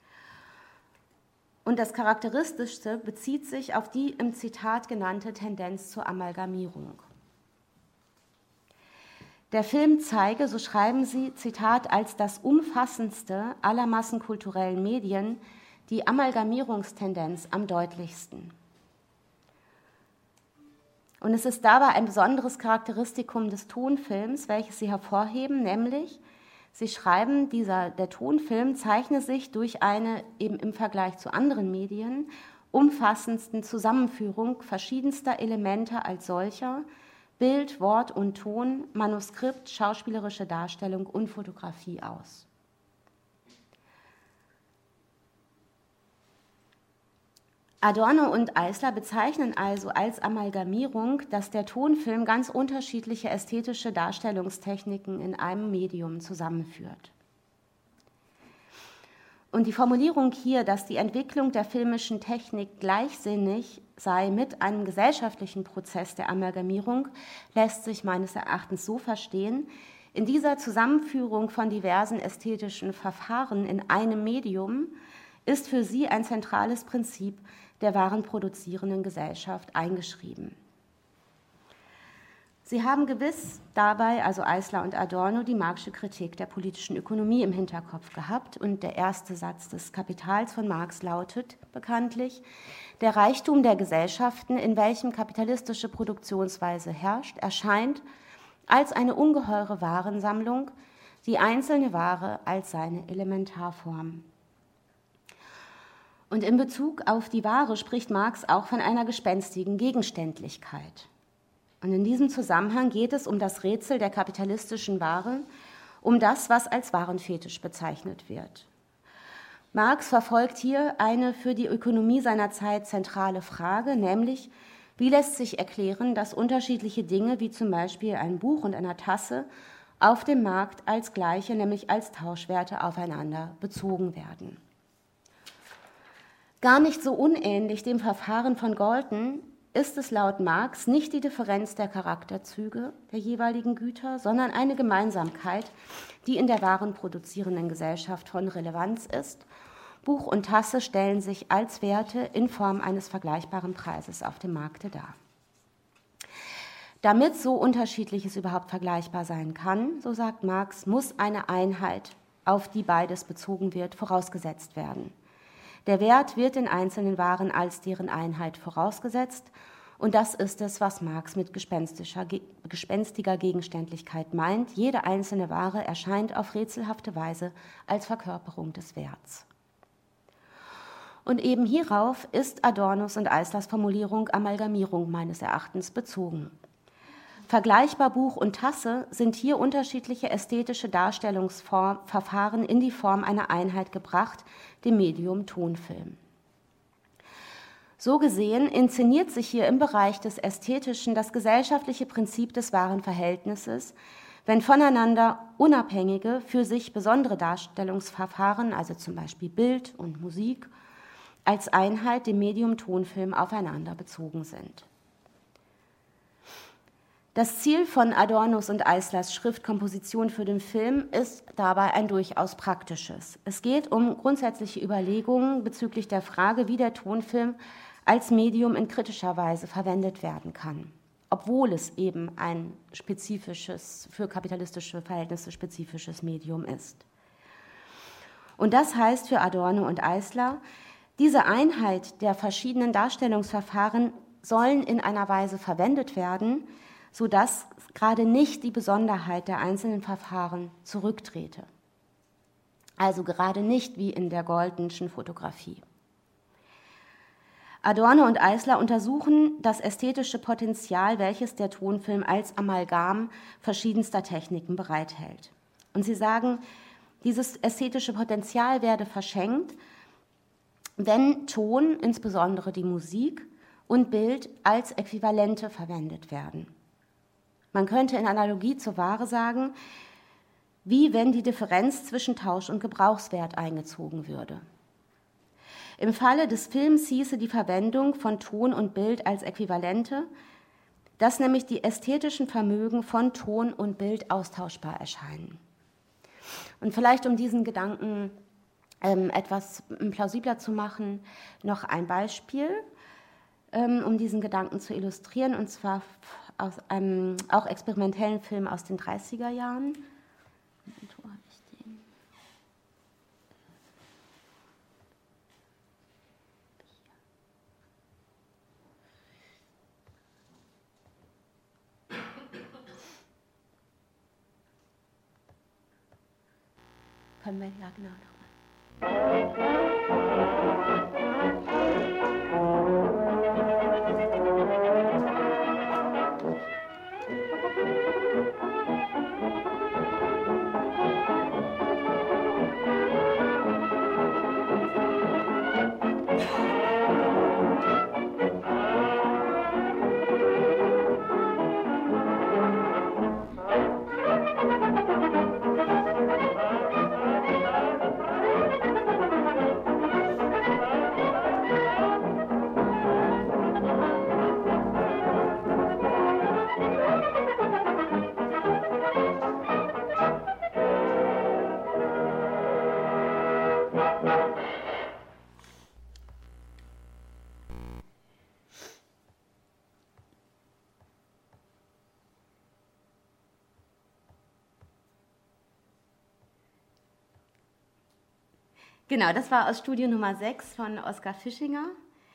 Und das Charakteristischste bezieht sich auf die im Zitat genannte Tendenz zur Amalgamierung. Der Film zeige, so schreiben sie, Zitat, als das umfassendste aller massenkulturellen Medien die Amalgamierungstendenz am deutlichsten. Und es ist dabei ein besonderes Charakteristikum des Tonfilms, welches sie hervorheben, nämlich, sie schreiben, dieser, der Tonfilm zeichne sich durch eine, eben im Vergleich zu anderen Medien, umfassendsten Zusammenführung verschiedenster Elemente als solcher, Bild, Wort und Ton, Manuskript, schauspielerische Darstellung und Fotografie aus. Adorno und Eisler bezeichnen also als Amalgamierung, dass der Tonfilm ganz unterschiedliche ästhetische Darstellungstechniken in einem Medium zusammenführt. Und die Formulierung hier, dass die Entwicklung der filmischen Technik gleichsinnig sei mit einem gesellschaftlichen Prozess der Amalgamierung, lässt sich meines Erachtens so verstehen: In dieser Zusammenführung von diversen ästhetischen Verfahren in einem Medium ist für sie ein zentrales Prinzip der warenproduzierenden Gesellschaft eingeschrieben. Sie haben gewiss dabei, also Eisler und Adorno, die Marxische Kritik der politischen Ökonomie im Hinterkopf gehabt. Und der erste Satz des Kapitals von Marx lautet bekanntlich: Der Reichtum der Gesellschaften, in welchem kapitalistische Produktionsweise herrscht, erscheint als eine ungeheure Warensammlung, die einzelne Ware als seine Elementarform. Und in Bezug auf die Ware spricht Marx auch von einer gespenstigen Gegenständlichkeit. Und in diesem Zusammenhang geht es um das Rätsel der kapitalistischen Ware, um das, was als Warenfetisch bezeichnet wird. Marx verfolgt hier eine für die Ökonomie seiner Zeit zentrale Frage, nämlich, wie lässt sich erklären, dass unterschiedliche Dinge, wie zum Beispiel ein Buch und eine Tasse, auf dem Markt als gleiche, nämlich als Tauschwerte aufeinander bezogen werden. Gar nicht so unähnlich dem Verfahren von Galton ist es laut Marx nicht die Differenz der Charakterzüge der jeweiligen Güter, sondern eine Gemeinsamkeit, die in der warenproduzierenden Gesellschaft von Relevanz ist. Buch und Tasse stellen sich als Werte in Form eines vergleichbaren Preises auf dem Markte dar. Damit so Unterschiedliches überhaupt vergleichbar sein kann, so sagt Marx, muss eine Einheit, auf die beides bezogen wird, vorausgesetzt werden. Der Wert wird den einzelnen Waren als deren Einheit vorausgesetzt, und das ist es, was Marx mit gespenstischer, gespenstiger Gegenständlichkeit meint. Jede einzelne Ware erscheint auf rätselhafte Weise als Verkörperung des Werts. Und eben hierauf ist Adornos und Eislers Formulierung Amalgamierung meines Erachtens bezogen. Vergleichbar Buch und Tasse sind hier unterschiedliche ästhetische Darstellungsverfahren in die Form einer Einheit gebracht, dem Medium Tonfilm. So gesehen inszeniert sich hier im Bereich des Ästhetischen das gesellschaftliche Prinzip des wahren Verhältnisses, wenn voneinander unabhängige, für sich besondere Darstellungsverfahren, also zum Beispiel Bild und Musik, als Einheit dem Medium Tonfilm aufeinander bezogen sind. Das Ziel von Adornos und Eislers Schriftkomposition für den Film ist dabei ein durchaus praktisches. Es geht um grundsätzliche Überlegungen bezüglich der Frage, wie der Tonfilm als Medium in kritischer Weise verwendet werden kann, obwohl es eben ein spezifisches, für kapitalistische Verhältnisse spezifisches Medium ist. Und das heißt für Adorno und Eisler, diese Einheit der verschiedenen Darstellungsverfahren sollen in einer Weise verwendet werden, sodass gerade nicht die Besonderheit der einzelnen Verfahren zurücktrete. Also gerade nicht wie in der Galtonschen Fotografie. Adorno und Eisler untersuchen das ästhetische Potenzial, welches der Tonfilm als Amalgam verschiedenster Techniken bereithält. Und sie sagen, dieses ästhetische Potenzial werde verschenkt, wenn Ton, insbesondere die Musik, und Bild als Äquivalente verwendet werden. Man könnte in Analogie zur Ware sagen, wie wenn die Differenz zwischen Tausch- und Gebrauchswert eingezogen würde. Im Falle des Films hieße die Verwendung von Ton und Bild als Äquivalente, dass nämlich die ästhetischen Vermögen von Ton und Bild austauschbar erscheinen. Und vielleicht um diesen Gedanken ähm, etwas plausibler zu machen, noch ein Beispiel, ähm, um diesen Gedanken zu illustrieren, und zwar aus einem auch experimentellen Film aus den dreißiger Jahren. Wo habe ich den? Können wir, ja genau, nochmal. Genau, das war aus Studie Nummer sechs von Oskar Fischinger.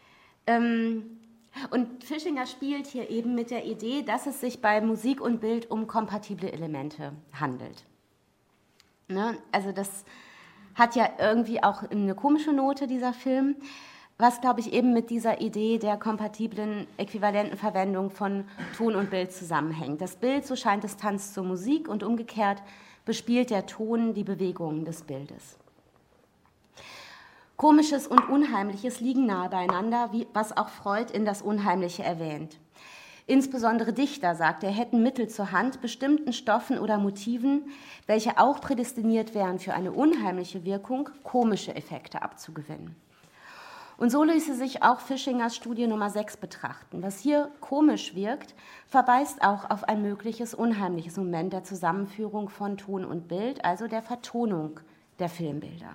Und Fischinger spielt hier eben mit der Idee, dass es sich bei Musik und Bild um kompatible Elemente handelt. Ne? Also das hat ja irgendwie auch eine komische Note, dieser Film, was, glaube ich, eben mit dieser Idee der kompatiblen, äquivalenten Verwendung von Ton und Bild zusammenhängt. Das Bild, so scheint es, tanzt zur Musik und umgekehrt bespielt der Ton die Bewegungen des Bildes. Komisches und Unheimliches liegen nahe beieinander, wie, was auch Freud in Das Unheimliche erwähnt. Insbesondere Dichter, sagt er, hätten Mittel zur Hand, bestimmten Stoffen oder Motiven, welche auch prädestiniert wären für eine unheimliche Wirkung, komische Effekte abzugewinnen. Und so ließe sich auch Fischingers Studie Nummer sechs betrachten. Was hier komisch wirkt, verweist auch auf ein mögliches unheimliches Moment der Zusammenführung von Ton und Bild, also der Vertonung der Filmbilder.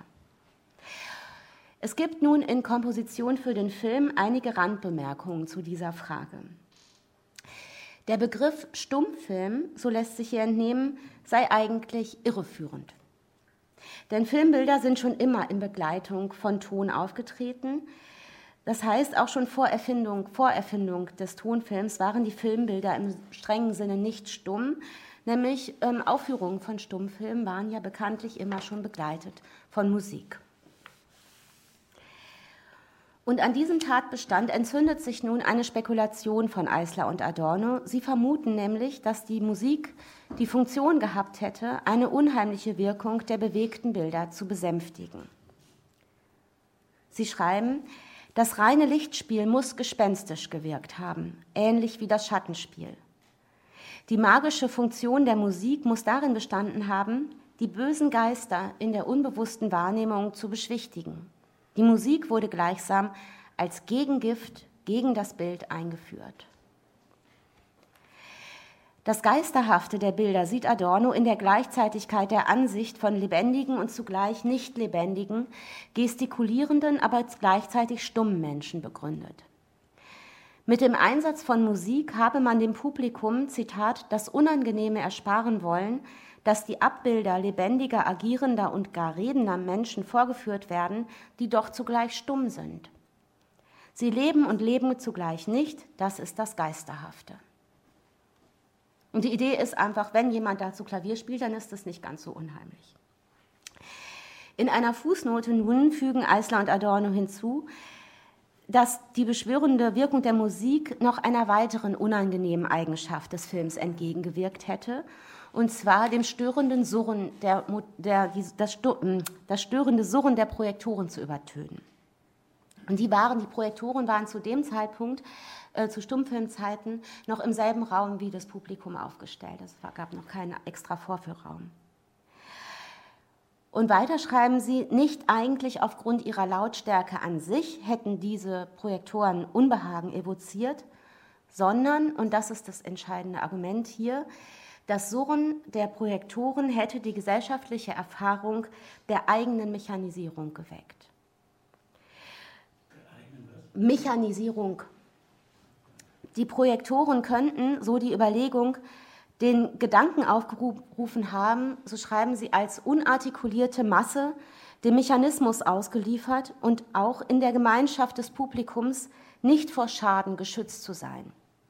Es gibt nun in Komposition für den Film einige Randbemerkungen zu dieser Frage. Der Begriff Stummfilm, so lässt sich hier entnehmen, sei eigentlich irreführend. Denn Filmbilder sind schon immer in Begleitung von Ton aufgetreten. Das heißt, auch schon vor Erfindung, vor Erfindung des Tonfilms waren die Filmbilder im strengen Sinne nicht stumm, nämlich ähm, Aufführungen von Stummfilmen waren ja bekanntlich immer schon begleitet von Musik. Und an diesem Tatbestand entzündet sich nun eine Spekulation von Eisler und Adorno. Sie vermuten nämlich, dass die Musik die Funktion gehabt hätte, eine unheimliche Wirkung der bewegten Bilder zu besänftigen. Sie schreiben, das reine Lichtspiel muss gespenstisch gewirkt haben, ähnlich wie das Schattenspiel. Die magische Funktion der Musik muss darin bestanden haben, die bösen Geister in der unbewussten Wahrnehmung zu beschwichtigen. Die Musik wurde gleichsam als Gegengift gegen das Bild eingeführt. Das Geisterhafte der Bilder sieht Adorno in der Gleichzeitigkeit der Ansicht von lebendigen und zugleich nicht lebendigen, gestikulierenden, aber gleichzeitig stummen Menschen begründet. Mit dem Einsatz von Musik habe man dem Publikum, Zitat, das Unangenehme ersparen wollen, dass die Abbilder lebendiger, agierender und gar redender Menschen vorgeführt werden, die doch zugleich stumm sind. Sie leben und leben zugleich nicht, das ist das Geisterhafte. Und die Idee ist einfach, wenn jemand dazu Klavier spielt, dann ist das nicht ganz so unheimlich. In einer Fußnote nun fügen Eisler und Adorno hinzu, dass die beschwörende Wirkung der Musik noch einer weiteren unangenehmen Eigenschaft des Films entgegengewirkt hätte, und zwar dem störenden Surren der, der, das, das störende Surren der Projektoren zu übertönen. Und die, waren, die Projektoren waren zu dem Zeitpunkt, äh, zu Stummfilmzeiten, noch im selben Raum wie das Publikum aufgestellt. Es gab noch keinen extra Vorführraum. Und weiter schreiben sie, nicht eigentlich aufgrund ihrer Lautstärke an sich hätten diese Projektoren Unbehagen evoziert, sondern, und das ist das entscheidende Argument hier, das Surren der Projektoren hätte die gesellschaftliche Erfahrung der eigenen Mechanisierung geweckt. Mechanisierung. Die Projektoren könnten, so die Überlegung, den Gedanken aufgerufen haben, so schreiben sie, als unartikulierte Masse dem Mechanismus ausgeliefert und auch in der Gemeinschaft des Publikums nicht vor Schaden geschützt zu sein.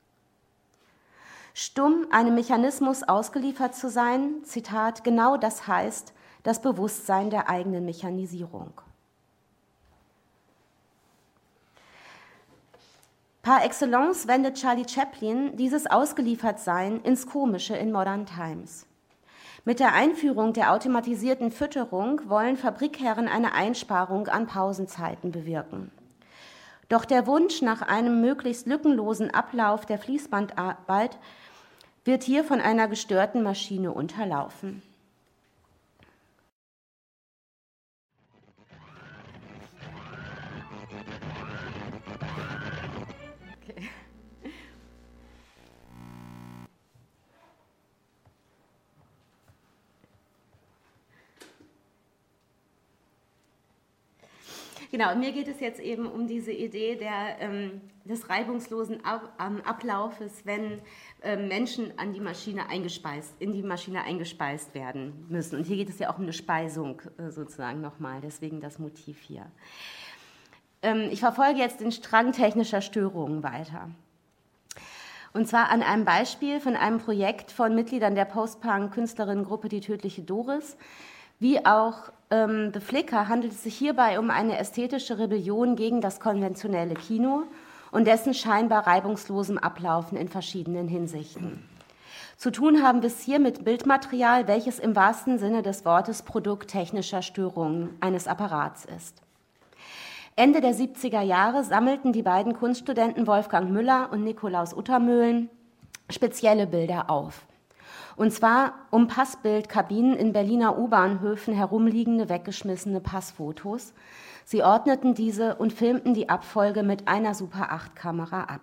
Stumm einem Mechanismus ausgeliefert zu sein, Zitat, genau das heißt das Bewusstsein der eigenen Mechanisierung. Par excellence wendet Charlie Chaplin dieses Ausgeliefertsein ins Komische in Modern Times. Mit der Einführung der automatisierten Fütterung wollen Fabrikherren eine Einsparung an Pausenzeiten bewirken. Doch der Wunsch nach einem möglichst lückenlosen Ablauf der Fließbandarbeit wird hier von einer gestörten Maschine unterlaufen. Okay. Genau, mir geht es jetzt eben um diese Idee der, ähm, des reibungslosen Ab ähm, Ablaufes, wenn ähm, Menschen an die Maschine eingespeist, in die Maschine eingespeist werden müssen. Und hier geht es ja auch um eine Speisung äh, sozusagen nochmal, deswegen das Motiv hier. Ähm, ich verfolge jetzt den Strang technischer Störungen weiter. Und zwar an einem Beispiel von einem Projekt von Mitgliedern der Post-Punk-Künstlerinnengruppe Die Tödliche Doris, Wie auch ähm, The Flicker handelt es sich hierbei um eine ästhetische Rebellion gegen das konventionelle Kino und dessen scheinbar reibungslosem Ablaufen in verschiedenen Hinsichten. Zu tun haben wir es hier mit Bildmaterial, welches im wahrsten Sinne des Wortes Produkt technischer Störungen eines Apparats ist. Ende der siebziger Jahre sammelten die beiden Kunststudenten Wolfgang Müller und Nikolaus Uttermöhlen spezielle Bilder auf. Und zwar um Passbildkabinen in Berliner U-Bahnhöfen herumliegende, weggeschmissene Passfotos. Sie ordneten diese und filmten die Abfolge mit einer Super acht Kamera ab.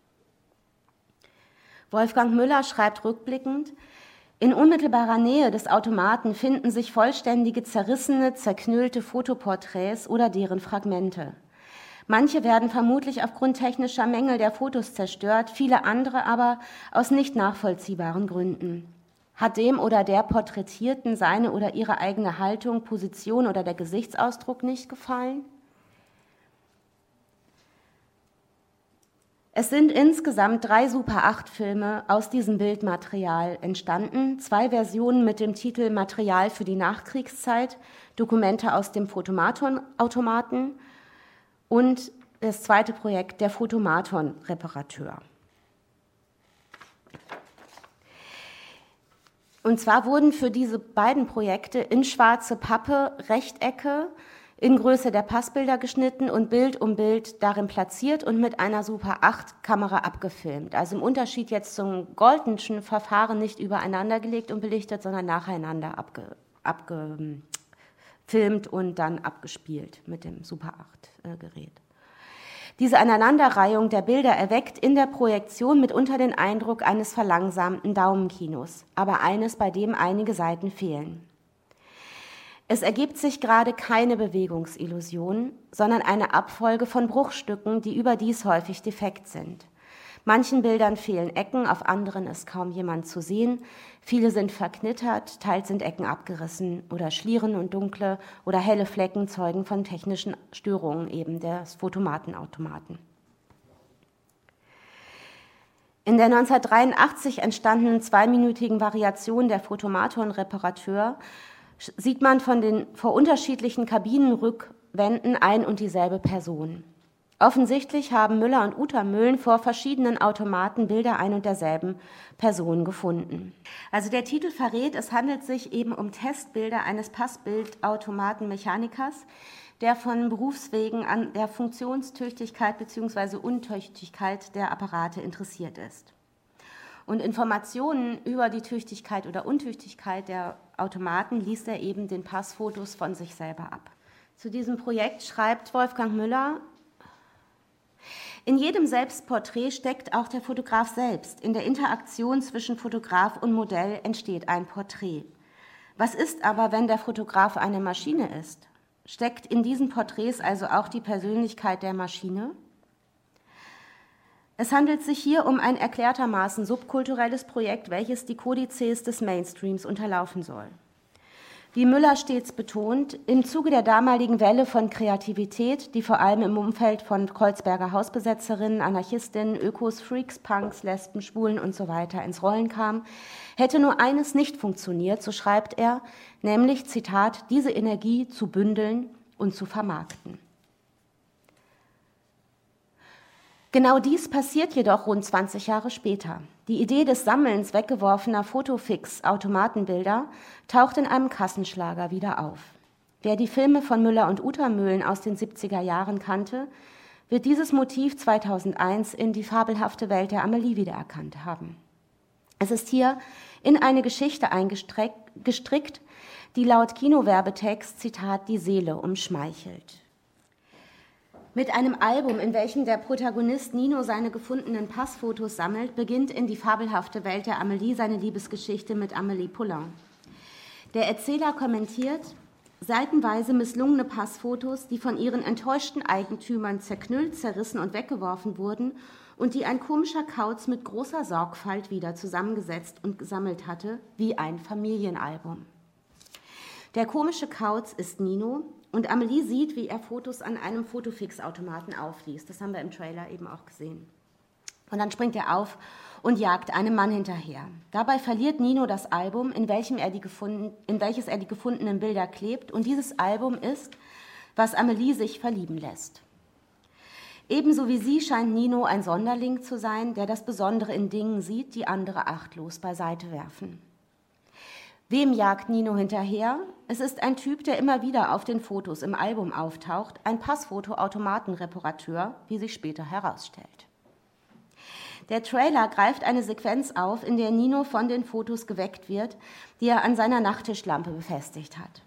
Wolfgang Müller schreibt rückblickend: In unmittelbarer Nähe des Automaten finden sich vollständige, zerrissene, zerknüllte Fotoporträts oder deren Fragmente. Manche werden vermutlich aufgrund technischer Mängel der Fotos zerstört, viele andere aber aus nicht nachvollziehbaren Gründen. Hat dem oder der Porträtierten seine oder ihre eigene Haltung, Position oder der Gesichtsausdruck nicht gefallen? Es sind insgesamt drei Super acht Filme aus diesem Bildmaterial entstanden, zwei Versionen mit dem Titel Material für die Nachkriegszeit, Dokumente aus dem Fotomaton-Automaten und das zweite Projekt, der Fotomaton-Reparateur. Und zwar wurden für diese beiden Projekte in schwarze Pappe Rechtecke in Größe der Passbilder geschnitten und Bild um Bild darin platziert und mit einer Super acht Kamera abgefilmt. Also im Unterschied jetzt zum Goldenschen Verfahren nicht übereinander gelegt und belichtet, sondern nacheinander abge, abgefilmt und dann abgespielt mit dem Super acht Gerät. Diese Aneinanderreihung der Bilder erweckt in der Projektion mitunter den Eindruck eines verlangsamten Daumenkinos, aber eines, bei dem einige Seiten fehlen. Es ergibt sich gerade keine Bewegungsillusion, sondern eine Abfolge von Bruchstücken, die überdies häufig defekt sind. Manchen Bildern fehlen Ecken, auf anderen ist kaum jemand zu sehen. Viele sind verknittert, teils sind Ecken abgerissen oder Schlieren und dunkle oder helle Flecken zeugen von technischen Störungen eben des Fotomatenautomaten. In der neunzehnhundertdreiundachtzig entstandenen zweiminütigen Variation der Fotomaton-Reparateur sieht man von den vor unterschiedlichen Kabinenrückwänden ein und dieselbe Person. Offensichtlich haben Müller und Uttermöhlen vor verschiedenen Automaten Bilder ein und derselben Person gefunden. Also der Titel verrät, es handelt sich eben um Testbilder eines Passbildautomatenmechanikers, der von Berufswegen an der Funktionstüchtigkeit bzw. Untüchtigkeit der Apparate interessiert ist. Und Informationen über die Tüchtigkeit oder Untüchtigkeit der Automaten liest er eben den Passfotos von sich selber ab. Zu diesem Projekt schreibt Wolfgang Müller: In jedem Selbstporträt steckt auch der Fotograf selbst. In der Interaktion zwischen Fotograf und Modell entsteht ein Porträt. Was ist aber, wenn der Fotograf eine Maschine ist? Steckt in diesen Porträts also auch die Persönlichkeit der Maschine? Es handelt sich hier um ein erklärtermaßen subkulturelles Projekt, welches die Kodizes des Mainstreams unterlaufen soll. Wie Müller stets betont, im Zuge der damaligen Welle von Kreativität, die vor allem im Umfeld von Kreuzberger Hausbesetzerinnen, Anarchistinnen, Ökos, Freaks, Punks, Lesben, Schwulen usw. ins Rollen kam, hätte nur eines nicht funktioniert, so schreibt er, nämlich, Zitat, diese Energie zu bündeln und zu vermarkten. Genau dies passiert jedoch rund zwanzig Jahre später. Die Idee des Sammelns weggeworfener Fotofix-Automatenbilder taucht in einem Kassenschlager wieder auf. Wer die Filme von Müller und Uttermöhlen aus den siebziger Jahren kannte, wird dieses Motiv zweitausendeins in Die fabelhafte Welt der Amelie wiedererkannt haben. Es ist hier in eine Geschichte eingestrickt, die laut Kinowerbetext, Zitat, die Seele umschmeichelt. Mit einem Album, in welchem der Protagonist Nino seine gefundenen Passfotos sammelt, beginnt in Die fabelhafte Welt der Amelie seine Liebesgeschichte mit Amélie Poulain. Der Erzähler kommentiert: Seitenweise misslungene Passfotos, die von ihren enttäuschten Eigentümern zerknüllt, zerrissen und weggeworfen wurden und die ein komischer Kauz mit großer Sorgfalt wieder zusammengesetzt und gesammelt hatte, wie ein Familienalbum. Der komische Kauz ist Nino, und Amelie sieht, wie er Fotos an einem Fotofix-Automaten aufliest. Das haben wir im Trailer eben auch gesehen. Und dann springt er auf und jagt einem Mann hinterher. Dabei verliert Nino das Album, in, welchem er die gefunden, in welches er die gefundenen Bilder klebt. Und dieses Album ist, was Amelie sich verlieben lässt. Ebenso wie sie scheint Nino ein Sonderling zu sein, der das Besondere in Dingen sieht, die andere achtlos beiseite werfen. Wem jagt Nino hinterher? Es ist ein Typ, der immer wieder auf den Fotos im Album auftaucht, ein Passfoto-Automatenreparateur, wie sich später herausstellt. Der Trailer greift eine Sequenz auf, in der Nino von den Fotos geweckt wird, die er an seiner Nachttischlampe befestigt hat.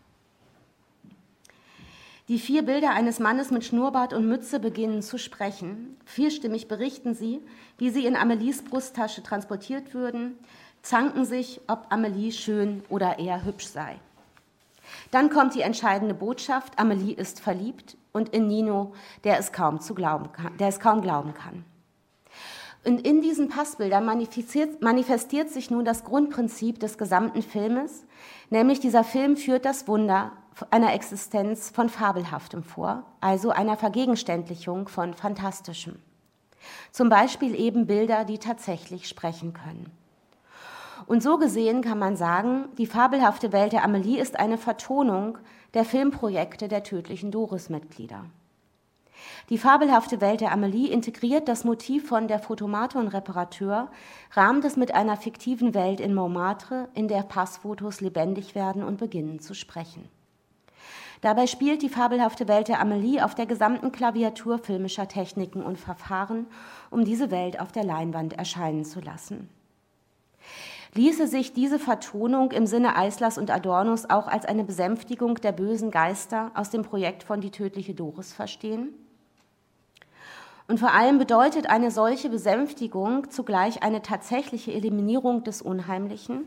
Die vier Bilder eines Mannes mit Schnurrbart und Mütze beginnen zu sprechen. Vierstimmig berichten sie, wie sie in Amelies Brusttasche transportiert würden, zanken sich, ob Amelie schön oder eher hübsch sei. Dann kommt die entscheidende Botschaft, Amelie ist verliebt und in Nino, der es kaum, zu glauben kann, der es kaum glauben kann. Und in diesen Passbildern manifestiert, manifestiert sich nun das Grundprinzip des gesamten Filmes, nämlich dieser Film führt das Wunder einer Existenz von Fabelhaftem vor, also einer Vergegenständlichung von Fantastischem. Zum Beispiel eben Bilder, die tatsächlich sprechen können. Und so gesehen kann man sagen, die fabelhafte Welt der Amelie ist eine Vertonung der Filmprojekte der tödlichen Doris-Mitglieder. Die fabelhafte Welt der Amelie integriert das Motiv von der Photomaton-Reparateur, rahmt es mit einer fiktiven Welt in Montmartre, in der Passfotos lebendig werden und beginnen zu sprechen. Dabei spielt die fabelhafte Welt der Amelie auf der gesamten Klaviatur filmischer Techniken und Verfahren, um diese Welt auf der Leinwand erscheinen zu lassen. Ließe sich diese Vertonung im Sinne Eislers und Adornos auch als eine Besänftigung der bösen Geister aus dem Projekt von Die tödliche Doris verstehen? Und vor allem bedeutet eine solche Besänftigung zugleich eine tatsächliche Eliminierung des Unheimlichen?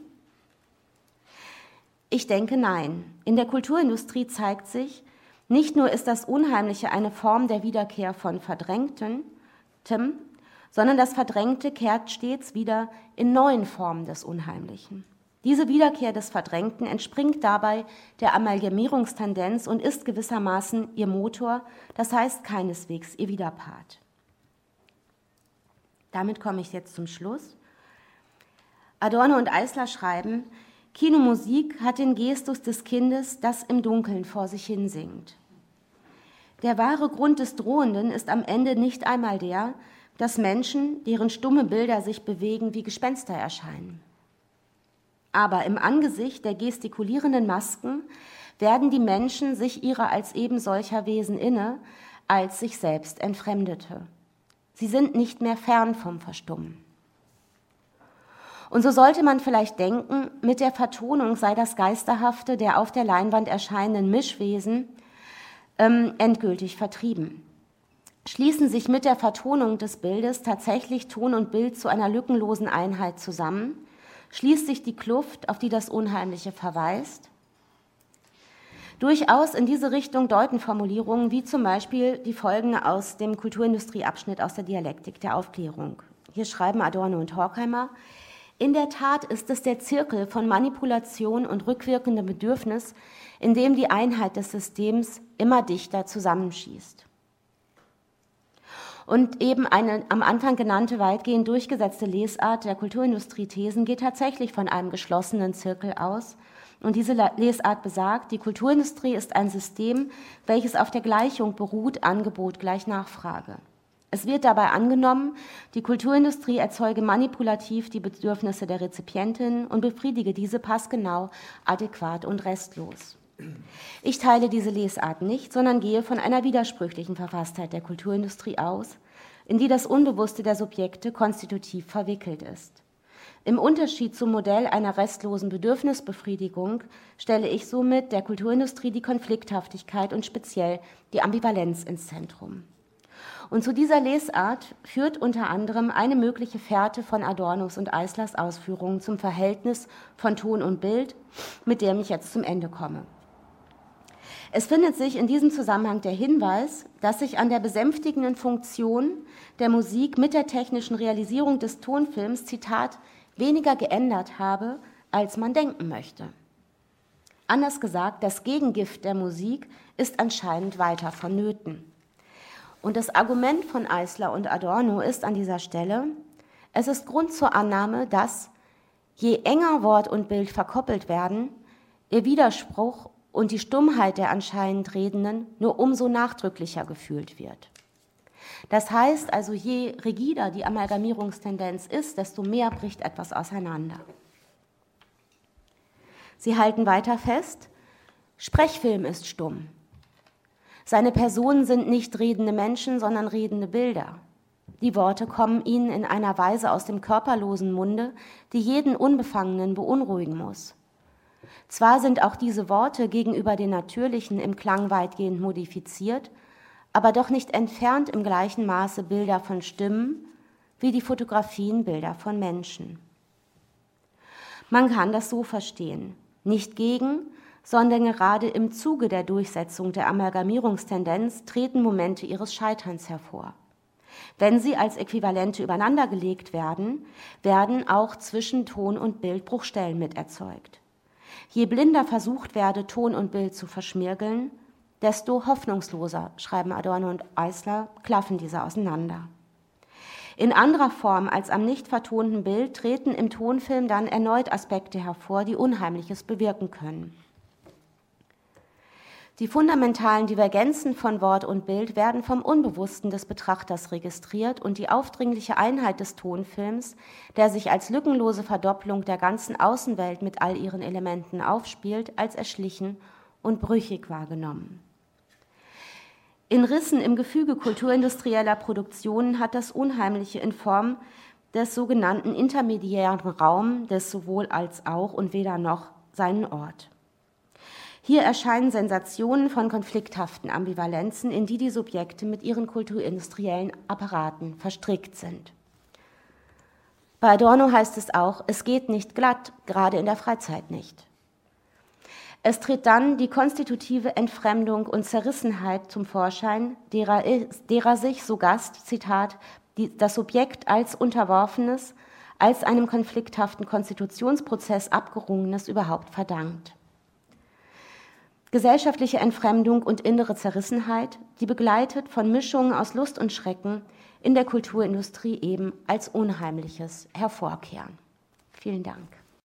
Ich denke, nein. In der Kulturindustrie zeigt sich, nicht nur ist das Unheimliche eine Form der Wiederkehr von Verdrängtem, sondern das Verdrängte kehrt stets wieder in neuen Formen des Unheimlichen. Diese Wiederkehr des Verdrängten entspringt dabei der Amalgamierungstendenz und ist gewissermaßen ihr Motor, das heißt keineswegs ihr Widerpart. Damit komme ich jetzt zum Schluss. Adorno und Eisler schreiben, Kinomusik hat den Gestus des Kindes, das im Dunkeln vor sich hin singt. Der wahre Grund des Drohenden ist am Ende nicht einmal der, dass Menschen, deren stumme Bilder sich bewegen, wie Gespenster erscheinen. Aber im Angesicht der gestikulierenden Masken werden die Menschen sich ihrer als eben solcher Wesen inne, als sich selbst Entfremdete. Sie sind nicht mehr fern vom Verstummen. Und so sollte man vielleicht denken, mit der Vertonung sei das Geisterhafte der auf der Leinwand erscheinenden Mischwesen ähm, endgültig vertrieben. Schließen sich mit der Vertonung des Bildes tatsächlich Ton und Bild zu einer lückenlosen Einheit zusammen? Schließt sich die Kluft, auf die das Unheimliche verweist? Durchaus in diese Richtung deuten Formulierungen wie zum Beispiel die folgende aus dem Kulturindustrieabschnitt aus der Dialektik der Aufklärung. Hier schreiben Adorno und Horkheimer, in der Tat ist es der Zirkel von Manipulation und rückwirkendem Bedürfnis, in dem die Einheit des Systems immer dichter zusammenschießt. Und eben eine am Anfang genannte weitgehend durchgesetzte Lesart der Kulturindustrie-Thesen geht tatsächlich von einem geschlossenen Zirkel aus. Und diese Lesart besagt, die Kulturindustrie ist ein System, welches auf der Gleichung beruht, Angebot gleich Nachfrage. Es wird dabei angenommen, die Kulturindustrie erzeuge manipulativ die Bedürfnisse der Rezipientin und befriedige diese passgenau, adäquat und restlos. Ich teile diese Lesart nicht, sondern gehe von einer widersprüchlichen Verfasstheit der Kulturindustrie aus, in die das Unbewusste der Subjekte konstitutiv verwickelt ist. Im Unterschied zum Modell einer restlosen Bedürfnisbefriedigung stelle ich somit der Kulturindustrie die Konflikthaftigkeit und speziell die Ambivalenz ins Zentrum. Und zu dieser Lesart führt unter anderem eine mögliche Fährte von Adornos und Eislers Ausführungen zum Verhältnis von Ton und Bild, mit dem ich jetzt zum Ende komme. Es findet sich in diesem Zusammenhang der Hinweis, dass sich an der besänftigenden Funktion der Musik mit der technischen Realisierung des Tonfilms, Zitat, weniger geändert habe, als man denken möchte. Anders gesagt, das Gegengift der Musik ist anscheinend weiter vonnöten. Und das Argument von Eisler und Adorno ist an dieser Stelle, Es ist Grund zur Annahme, dass, je enger Wort und Bild verkoppelt werden, ihr Widerspruch und die Stummheit der anscheinend Redenden nur umso nachdrücklicher gefühlt wird. Das heißt also, je rigider die Amalgamierungstendenz ist, desto mehr bricht etwas auseinander. Sie halten weiter fest, Sprechfilm ist stumm. Seine Personen sind nicht redende Menschen, sondern redende Bilder. Die Worte kommen ihnen in einer Weise aus dem körperlosen Munde, die jeden Unbefangenen beunruhigen muss. Zwar sind auch diese Worte gegenüber den natürlichen im Klang weitgehend modifiziert, aber doch nicht entfernt im gleichen Maße Bilder von Stimmen, wie die Fotografien Bilder von Menschen. Man kann das so verstehen, nicht gegen, sondern gerade im Zuge der Durchsetzung der Amalgamierungstendenz treten Momente ihres Scheiterns hervor. Wenn sie als Äquivalente übereinandergelegt werden, werden auch zwischen Ton und Bild Bruchstellen miterzeugt. Je blinder versucht werde, Ton und Bild zu verschmirgeln, desto hoffnungsloser, schreiben Adorno und Eisler, klaffen diese auseinander. In anderer Form als am nicht vertonten Bild treten im Tonfilm dann erneut Aspekte hervor, die Unheimliches bewirken können. Die fundamentalen Divergenzen von Wort und Bild werden vom Unbewussten des Betrachters registriert und die aufdringliche Einheit des Tonfilms, der sich als lückenlose Verdopplung der ganzen Außenwelt mit all ihren Elementen aufspielt, als erschlichen und brüchig wahrgenommen. In Rissen im Gefüge kulturindustrieller Produktionen hat das Unheimliche in Form des sogenannten intermediären Raums, des sowohl als auch und weder noch, seinen Ort. Hier erscheinen Sensationen von konflikthaften Ambivalenzen, in die die Subjekte mit ihren kulturindustriellen Apparaten verstrickt sind. Bei Adorno heißt es auch, es geht nicht glatt, gerade in der Freizeit nicht. Es tritt dann die konstitutive Entfremdung und Zerrissenheit zum Vorschein, derer, derer sich so Gast, Zitat, die, das Subjekt als Unterworfenes, als einem konflikthaften Konstitutionsprozess Abgerungenes überhaupt verdankt. Gesellschaftliche Entfremdung und innere Zerrissenheit, die begleitet von Mischungen aus Lust und Schrecken in der Kulturindustrie eben als Unheimliches hervorkehren. Vielen Dank.